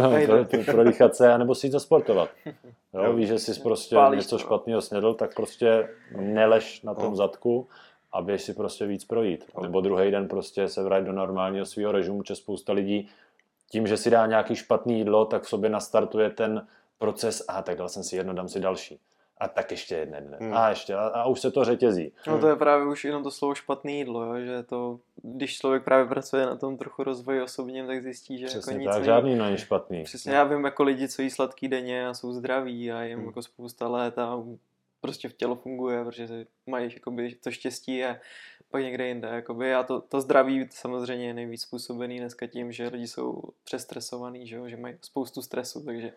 prodýchat se, anebo si jít zasportovat. Jo, víš, že jsi prostě Pálíš něco to. špatného snědl, tak prostě nelež na tom zadku a běž si prostě víc projít. Nebo druhý den prostě se vrát do normálního svého režimu, že spousta lidí tím, že si dá nějaký špatný jídlo, tak v sobě nastartuje ten proces, a tak dal jsem si jedno, dám si další. A tak ještě jedné dne. Hmm. A ještě, a, a už se to řetězí. No to je právě už jenom to slovo špatné jídlo, jo? Že to, když člověk právě pracuje na tom trochu rozvoji osobním, tak zjistí, že přesně jako nic tak, není. žádný není špatný. Přesně, já vím jako lidi, co jí sladký denně a jsou zdraví a jim hmm. jako spousta let a prostě v tělo funguje, protože mají jakoby to štěstí a pak někde jinde. Jakoby. A to, to zdraví samozřejmě je nejvíc způsobený dneska tím, že lidi jsou přestresovaný, že, že mají spoustu stresu, takže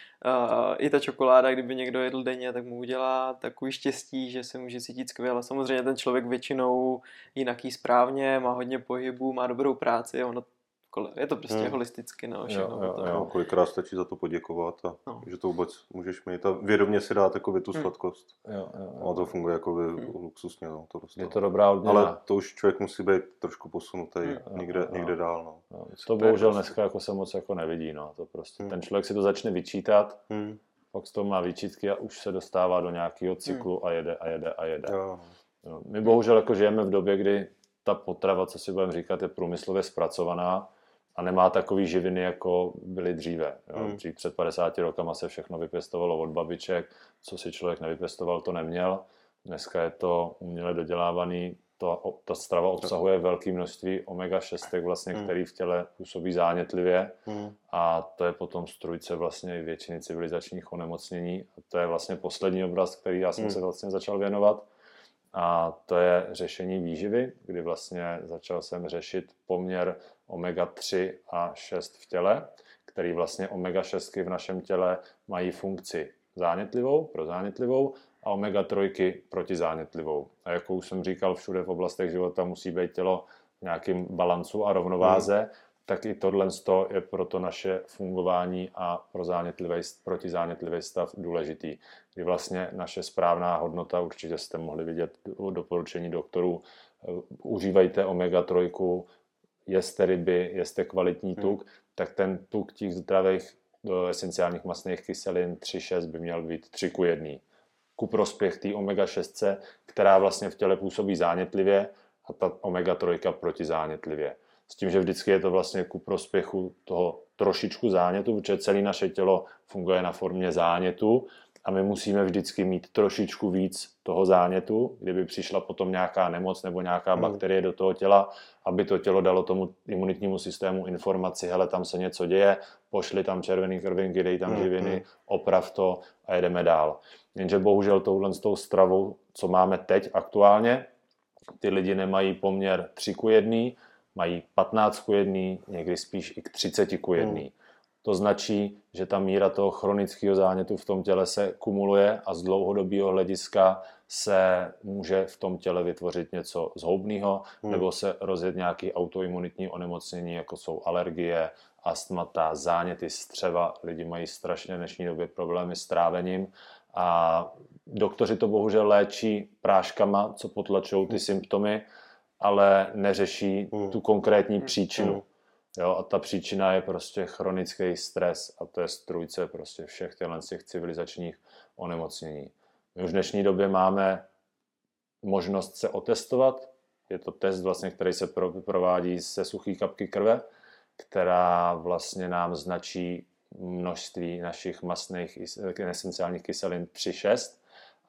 Uh, i ta čokoláda, kdyby někdo jedl denně, tak mu udělá takový štěstí, že se může cítit skvěle. Samozřejmě ten člověk většinou jinak jí správně, má hodně pohybu, má dobrou práci, ono, je to prostě hmm. holisticky. No, jo, jo, jo. Kolikrát stačí za to poděkovat a no. že to vůbec můžeš mít a vědomě si dát jako tu sladkost. Hmm. Jo, jo, jo. A to funguje jako hmm. luxusně. No, to je to dobrá odměna. Ale to už člověk musí být trošku posunutý hmm. někde, jo, někde dál. No. No, to bohužel dneska jako se moc jako nevidí. No. To prostě, hmm. ten člověk si to začne vyčítat, hmm. pak z toho má výčitky a už se dostává do nějakého cyklu hmm. a jede a jede a jede. Jo. No, my bohužel jako žijeme v době, kdy ta potrava, co si budeme říkat, je průmyslově zpracovaná a nemá takový živiny, jako byly dříve. Jo. Hmm. Dřív před padesáti rokama se všechno vypěstovalo od babiček, co si člověk nevypěstoval, to neměl. Dneska je to uměle dodělávaný, to, ta strava obsahuje velké množství omega šest, vlastně, hmm. který v těle působí zánětlivě hmm. a to je potom strůjce vlastně i většiny civilizačních onemocnění. A to je vlastně poslední oblast, který já jsem hmm. se vlastně začal věnovat. A to je řešení výživy, kdy vlastně začal jsem řešit poměr omega tři a šest v těle, který vlastně omega šest v našem těle mají funkci zánětlivou, pro zánětlivou a omega tři protizánětlivou. A jako už jsem říkal, všude v oblastech života musí být tělo v nějakém balancu a rovnováze, hmm. tak i tohle je pro to naše fungování a pro zánětlivý, protizánětlivý stav důležitý. Kdy vlastně naše správná hodnota, určitě jste mohli vidět doporučení doktorů, užívejte omega tři, jeste ryby, jeste kvalitní tuk, hmm. tak ten tuk těch zdravých esenciálních mastných kyselin tři šest by měl být tři ku jedné. Ku prospěch té omega šest, která vlastně v těle působí zánětlivě, a ta omega tři protizánětlivě. S tím, že vždycky je to vlastně ku prospěchu toho trošičku zánětu, protože celé naše tělo funguje na formě zánětu a my musíme vždycky mít trošičku víc toho zánětu, kdyby přišla potom nějaká nemoc nebo nějaká bakterie do toho těla, aby to tělo dalo tomu imunitnímu systému informaci, hele, tam se něco děje, pošli tam červený krvinky, dej tam živiny, oprav to a jedeme dál. Jenže bohužel touhle s tou stravou, co máme teď aktuálně, ty lidi nemají poměr tři ku jedné, mají patnáct ku jedné, někdy spíš i k třicet ku jedné. Hmm. To značí, že ta míra toho chronického zánětu v tom těle se kumuluje a z dlouhodobého hlediska se může v tom těle vytvořit něco zhoubného, hmm. nebo se rozjet nějaké autoimunitní onemocnění, jako jsou alergie, astmata, záněty střeva. Lidi mají strašně v dnešní době problémy s trávením a doktoři to bohužel léčí práškama, co potlačují ty symptomy, ale neřeší mm. tu konkrétní příčinu. Mm. Jo, a ta příčina je prostě chronický stres a to je strůjce prostě všech těch civilizačních onemocnění. My už v dnešní době máme možnost se otestovat. Je to test, vlastně, který se provádí se suchý kapky krve, která vlastně nám značí množství našich mastných esenciálních kyselin tři šest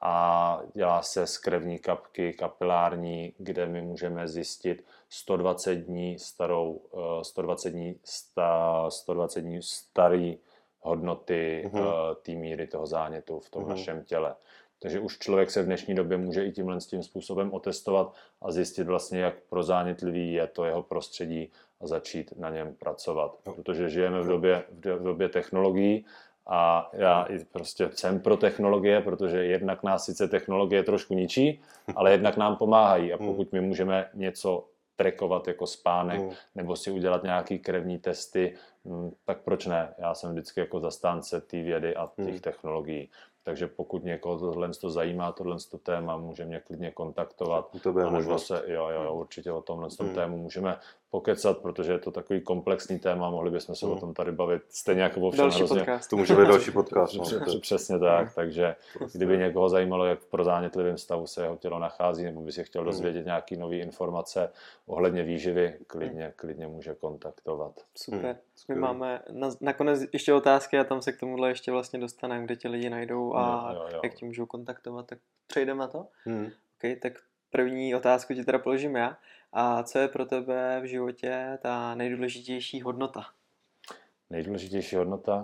a dělá se z krevní kapky kapilární, kde my můžeme zjistit sto dvacet dní starou, sto dvacet dní, sta, sto dvacet dní starý hodnoty uh-huh. té míry toho zánětu v tom uh-huh. našem těle. Takže už člověk se v dnešní době může i tímhle tím způsobem otestovat a zjistit vlastně, jak prozánětlivý je to jeho prostředí a začít na něm pracovat. Protože žijeme v době, v době technologií a já i prostě jsem pro technologie, protože jednak nás sice technologie trošku ničí, ale jednak nám pomáhají a pokud my můžeme něco trackovat jako spánek mm. nebo si udělat nějaký krevní testy, tak proč ne? Já jsem vždycky jako zastánce té vědy a těch mm. technologií. Takže pokud někoho tohle to zajímá, tohle to téma, může mě klidně kontaktovat. To bude možnost. Se, jo, jo, určitě o tomhle mm. tému můžeme pokecat, protože je to takový komplexní téma, mohli bychom se mm. o tom tady bavit stejně jako o všem další hrozně. Podcast. To může být další podcast. No. Přesně tak, takže kdyby někoho zajímalo, jak v prozánětlivém stavu se jeho tělo nachází, nebo by si chtěl dozvědět nějaké nové informace ohledně výživy, klidně, klidně může kontaktovat. Super. My máme na, nakonec ještě otázky a tam se k tomuhle ještě vlastně dostaneme, kde tě lidi najdou a jo, jo, jo. jak tě můžou kontaktovat, tak přejdeme na to? Hmm. Okay, tak první otázku ti teda položím já. A co je pro tebe v životě ta nejdůležitější hodnota? Nejdůležitější hodnota?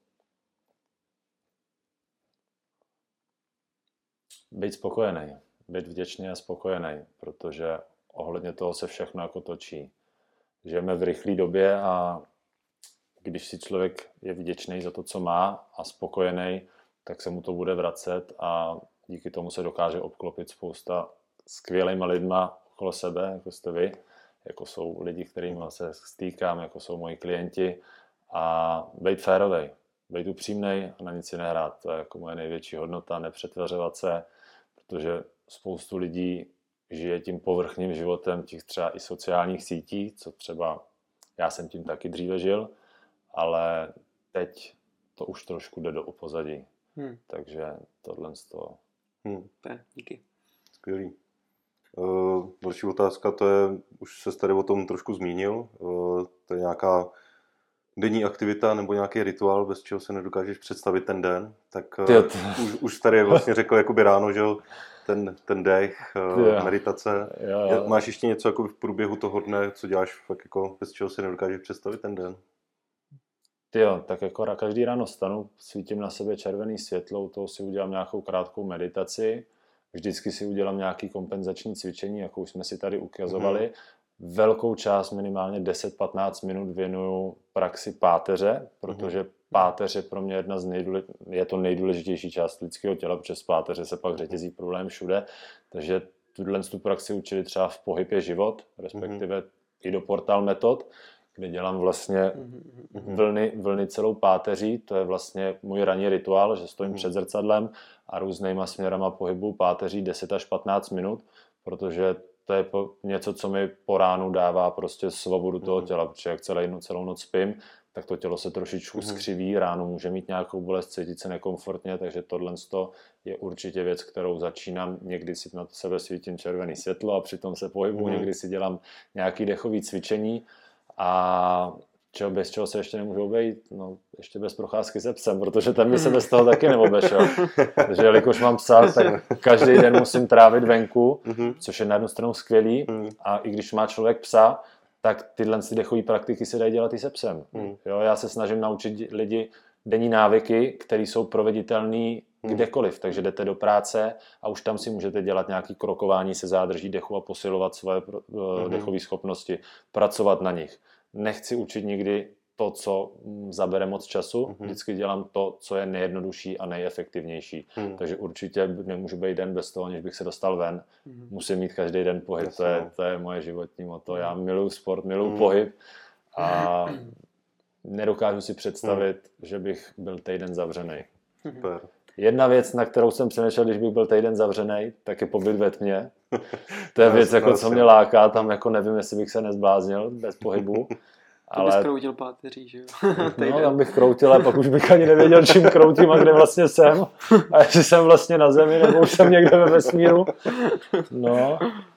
Být spokojený. Být vděčný a spokojený, protože ohledně toho se všechno jako točí. Žijeme v rychlé době a když si člověk je vděčný za to, co má a spokojený, tak se mu to bude vracet a díky tomu se dokáže obklopit spousta skvělýma lidma okolo sebe, jako jste vy, jako jsou lidi, kterými se stýkám, jako jsou moji klienti a být férovej, být upřímnej a na nic si nehrát. To je jako moje největší hodnota, nepřetvařovat se, protože spoustu lidí žije tím povrchním životem těch třeba i sociálních sítí, co třeba já jsem tím taky dříve žil, ale teď to už trošku jde do upozadí. Hmm. Takže tohle z toho. Hmm. Díky. Skvělý. Uh, další otázka, to je, už se tady o tom trošku zmínil, uh, to je nějaká denní aktivita nebo nějaký rituál, bez čeho se nedokážeš představit ten den, tak uh, t... už, už tady vlastně řekl jakoby ráno, že ten, ten dech, uh, meditace. Jo, jo. Máš ještě něco jako v průběhu toho dne, co děláš fakt jako, bez čeho se nedokážeš představit ten den? Jo, tak jako každý ráno stanu, svítím na sebe červený světlo, u toho si udělám nějakou krátkou meditaci, vždycky si udělám nějaký kompenzační cvičení, jako už jsme si tady ukazovali. velkou část, minimálně deset patnáct minut věnuju praxi páteře, protože páteř je pro mě jedna z nejdůle, je to nejdůležitější část lidského těla, protože z páteře se pak řetězí problém všude, takže tuhle tu praxi učili třeba v Pohyb je život, respektive mm-hmm. i do Portal metod, kde dělám vlastně mm-hmm. vlny, vlny celou páteří, to je vlastně můj ranní rituál, že stojím mm-hmm. před zrcadlem a různýma směrama pohybu páteří deset až patnáct minut, protože to je něco, co mi po ránu dává prostě svobodu toho mm-hmm. těla, protože jak celou, celou noc spím, tak to tělo se trošičku mm-hmm. skřiví, ráno může mít nějakou bolest, cítit se nekomfortně, takže tohle je určitě věc, kterou začínám, někdy si na sebe svítím červený světlo a přitom se pohybuju, mm-hmm. někdy si dělám nějaký dechový cvičení a čeho, bez čeho se ještě nemůžu obejít, no ještě bez procházky se psem, protože ten by se bez toho taky neobešel. Takže jelikož mám psa, tak každý den musím trávit venku, mm-hmm. což je na jednu stranu skvělý mm-hmm. a i když má člověk psa, tak tyhle dechové praktiky se dají dělat i se psem. Mm. Jo, já se snažím naučit lidi denní návyky, které jsou proveditelné mm. kdekoliv. Takže jdete do práce a už tam si můžete dělat nějaké krokování se zádrží dechu a posilovat svoje mm. dechové schopnosti, pracovat na nich. Nechci učit nikdy to, co zabere moc času. Mm. Vždycky dělám to, co je nejjednodušší a nejefektivnější. Mm. Takže určitě nemůžu být den bez toho, než bych se dostal ven. Mm. Musím mít každý den pohyb. To je, to je moje životní motto. Já miluji sport, miluji mm. pohyb a nedokážu si představit, mm. že bych byl týden zavřený. Super. Jedna věc, na kterou jsem přemýšlel, když bych byl týden zavřený, tak je pobyt ve tmě. To je věc, jako, co mě láká. Tam jako nevím, jestli bych se nezbláznil bez pohybu. To ale... bys kroutil páteří, že jo? No, tam bych kroutil, a pak už bych ani nevěděl, čím kroutím a kde vlastně jsem. A jestli jsem vlastně na zemi, nebo už jsem někde ve vesmíru. No.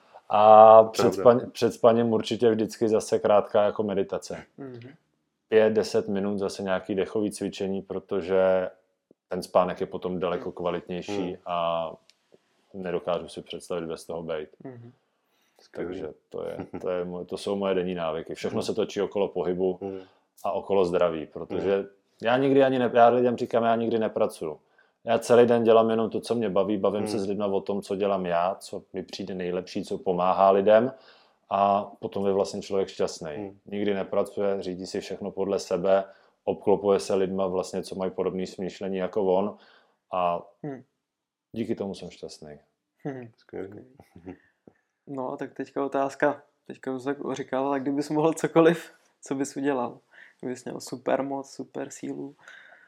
A před, span, před spaním určitě vždycky zase krátká jako meditace. Mm-hmm. Pět, deset minut zase nějaký dechový cvičení, protože ten spánek je potom daleko kvalitnější mm. a nedokážu si představit bez toho být. Mm-hmm. Takže to, je, to, je, to jsou moje denní návyky. Všechno se točí okolo pohybu a okolo zdraví, protože já nikdy ani ne, já lidem říkám, já nikdy nepracuju. Já celý den dělám jenom to, co mě baví, bavím hmm. se s lidmi o tom, co dělám já, co mi přijde nejlepší, co pomáhá lidem a potom je vlastně člověk šťastný. Hmm. Nikdy nepracuje, řídí si všechno podle sebe, obklopuje se lidma vlastně, co mají podobné smýšlení jako on a hmm. díky tomu jsem šťastný. Hmm. No, tak teďka otázka, teďka už tak říkal, tak kdybys mohl cokoliv, co bys udělal? Kdybys měl super moc, super sílu?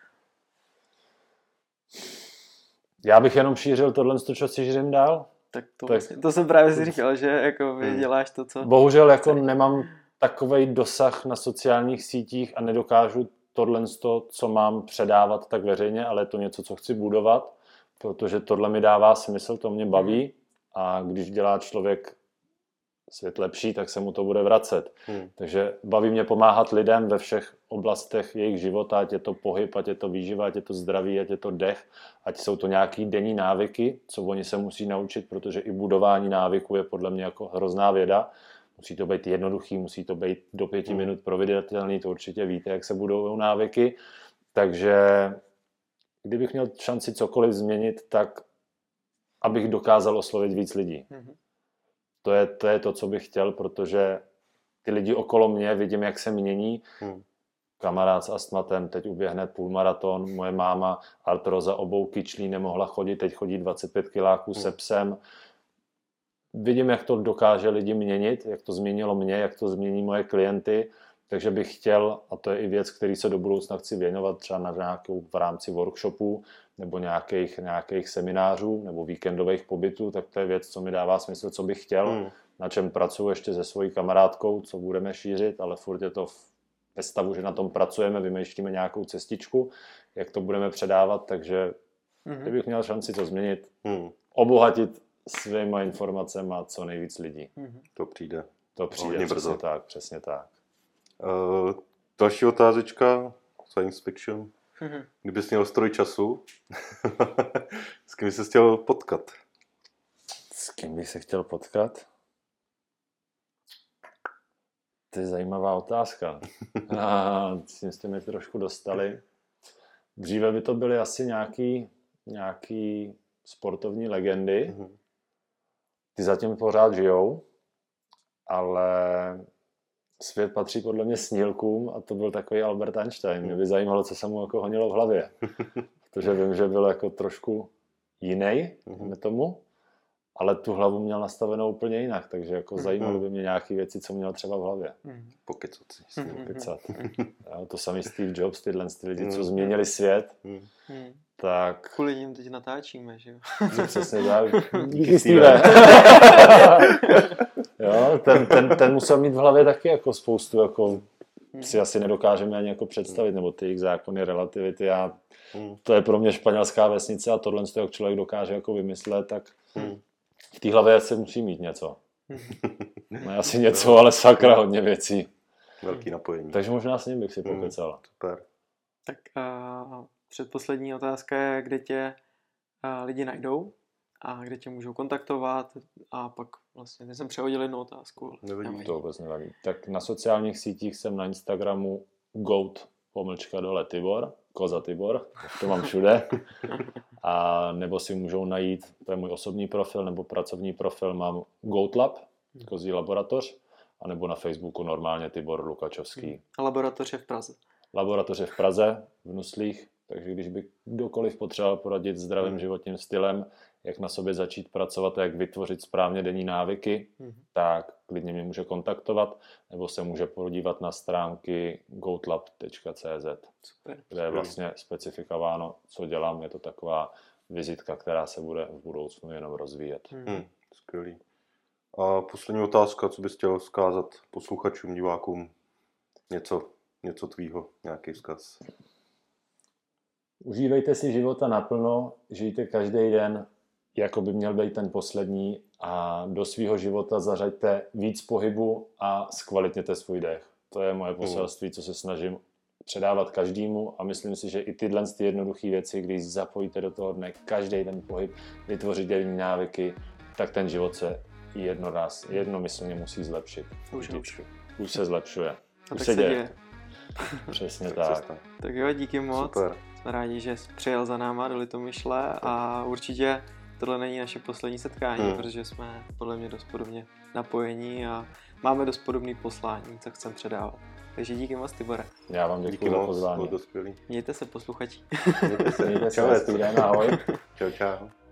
Já bych jenom šířil tohle, co si šířím dál. Tak to, tak, vlastně, to jsem právě si říkal, že jako vy děláš to, co... Bohužel jako nemám takovej dosah na sociálních sítích a nedokážu tohle, co mám předávat tak veřejně, ale je to něco, co chci budovat, protože tohle mi dává smysl, to mě baví. A když dělá člověk svět lepší, tak se mu to bude vracet. Hmm. Takže baví mě pomáhat lidem ve všech oblastech jejich života, ať je to pohyb, ať je to výživa, ať je to zdraví, ať je to dech, ať jsou to nějaký denní návyky, co oni se musí naučit, protože i budování návyku je podle mě jako hrozná věda. Musí to být jednoduchý, musí to být do pěti hmm. minut proveditelný, to určitě víte, jak se budují návyky. Takže kdybych měl šanci cokoliv změnit, tak abych dokázal oslovit víc lidí. Mm-hmm. To je, to je to, co bych chtěl, protože ty lidi okolo mě, vidím, jak se mění. Mm. Kamarád s astmatem teď uběhne půlmaraton, moje máma artroza obou kyčlí, nemohla chodit, teď chodí dvacet pět kiláků mm. se psem. Vidím, jak to dokáže lidi měnit, jak to změnilo mě, jak to změní moje klienty, takže bych chtěl, a to je i věc, který se do budoucna chci věnovat, třeba na nějakou v rámci workshopů, nebo nějakých, nějakých seminářů, nebo víkendových pobytů, tak to je věc, co mi dává smysl, co bych chtěl, hmm. na čem pracuji ještě se svojí kamarádkou, co budeme šířit, ale furt je to ve stavu, že na tom pracujeme, vymýšlíme nějakou cestičku, jak to budeme předávat, takže hmm. kdybych měl šanci to změnit, hmm. obohatit svýma informacemi a co nejvíc lidí. Hmm. To přijde. To přijde, přesně tak, přesně tak. Uh, další otázečka, science fiction. Mm-hmm. Kdybys měl stroj času, s kým bys se chtěl potkat? S kým bych se chtěl potkat? To je zajímavá otázka. A tím jste mě trošku dostali. Dříve by to byly asi nějaký, nějaký sportovní legendy. Mm-hmm. Ty zatím pořád žijou. ale svět patří podle mě snílkům a to byl takový Albert Einstein. Mě by zajímalo, co se mu jako honilo v hlavě. Protože vím, že byl jako trošku jiný, mm-hmm. tomu, ale tu hlavu měl nastavenou úplně jinak, takže jako mm-hmm. zajímalo by mě nějaké věci, co měl třeba v hlavě. Mm-hmm. Pokecat si. Pokecat. Jo, to samý Steve Jobs, tyhle ty lidi, co změnili svět, mm-hmm. tak... Kvůli ním teď natáčíme, že jo? No, přesně tak. Díky Steve. Jo, ten, ten, ten musel mít v hlavě taky jako spoustu, jako si asi nedokážeme ani jako představit, nebo ty jejich zákony relativity. Já, to je pro mě španělská vesnice a tohle, jak člověk dokáže jako vymyslet, tak v té hlavě se musí mít něco. No asi něco, ale sakra hodně věcí. Velký napojení. Takže možná s ním bych si pokecal. Hmm, super. Tak uh, předposlední otázka je, kde tě uh, lidi najdou a kde tě můžou kontaktovat a pak vlastně, teď jsem přehodil jednu otázku. Nevadí. To vůbec nevadí. Tak na sociálních sítích jsem na Instagramu goat pomlčka dole Tibor, koza Tibor, to mám všude. A nebo si můžou najít, to je můj osobní profil nebo pracovní profil, mám Goat Lab, kozí laboratoř, a nebo na Facebooku normálně Tibor Lukačovský. A laboratoř je v Praze. Laboratoř je v Praze, v Nuslích, takže když by kdokoliv potřeboval poradit zdravým hmm. životním stylem, jak na sobě začít pracovat a jak vytvořit správně denní návyky, hmm. tak klidně mě může kontaktovat, nebo se může podívat na stránky goatlab tečka cé zet, Super. kde je vlastně specifikováno, co dělám. Je to taková vizitka, která se bude v budoucnu jenom rozvíjet. Hmm. Skvělý. A poslední otázka, co bys chtěl vzkázat posluchačům, divákům? Něco, něco tvýho, nějaký vzkaz. Užívejte si života naplno, žijte každý den, jako by měl být ten poslední, a do svého života zařaďte víc pohybu a zkvalitněte svůj dech. To je moje poselství, co se snažím předávat každému, a myslím si, že i tyhle ty jednoduché věci, když zapojíte do toho dne každý ten pohyb, vytvořit denní návyky, tak ten život se jednoraz, jednomyslně musí zlepšit. Už, už. už se zlepšuje. A už tak se děje. děje. Přesně tak. tak. Tak jo, díky moc. Super. Jsme rádi, že jsi přijel za náma do Litomyšle a určitě tohle není naše poslední setkání, hmm. protože jsme podle mě dost podobně napojení a máme dost podobný poslání, co chcem předávat. Takže díky moc, Tibore. Já vám děkuji za pozvání. Bylo to skvělý. Mějte se, posluchači. Mějte se. Mějte se, hezký den, ahoj. Čau, čau.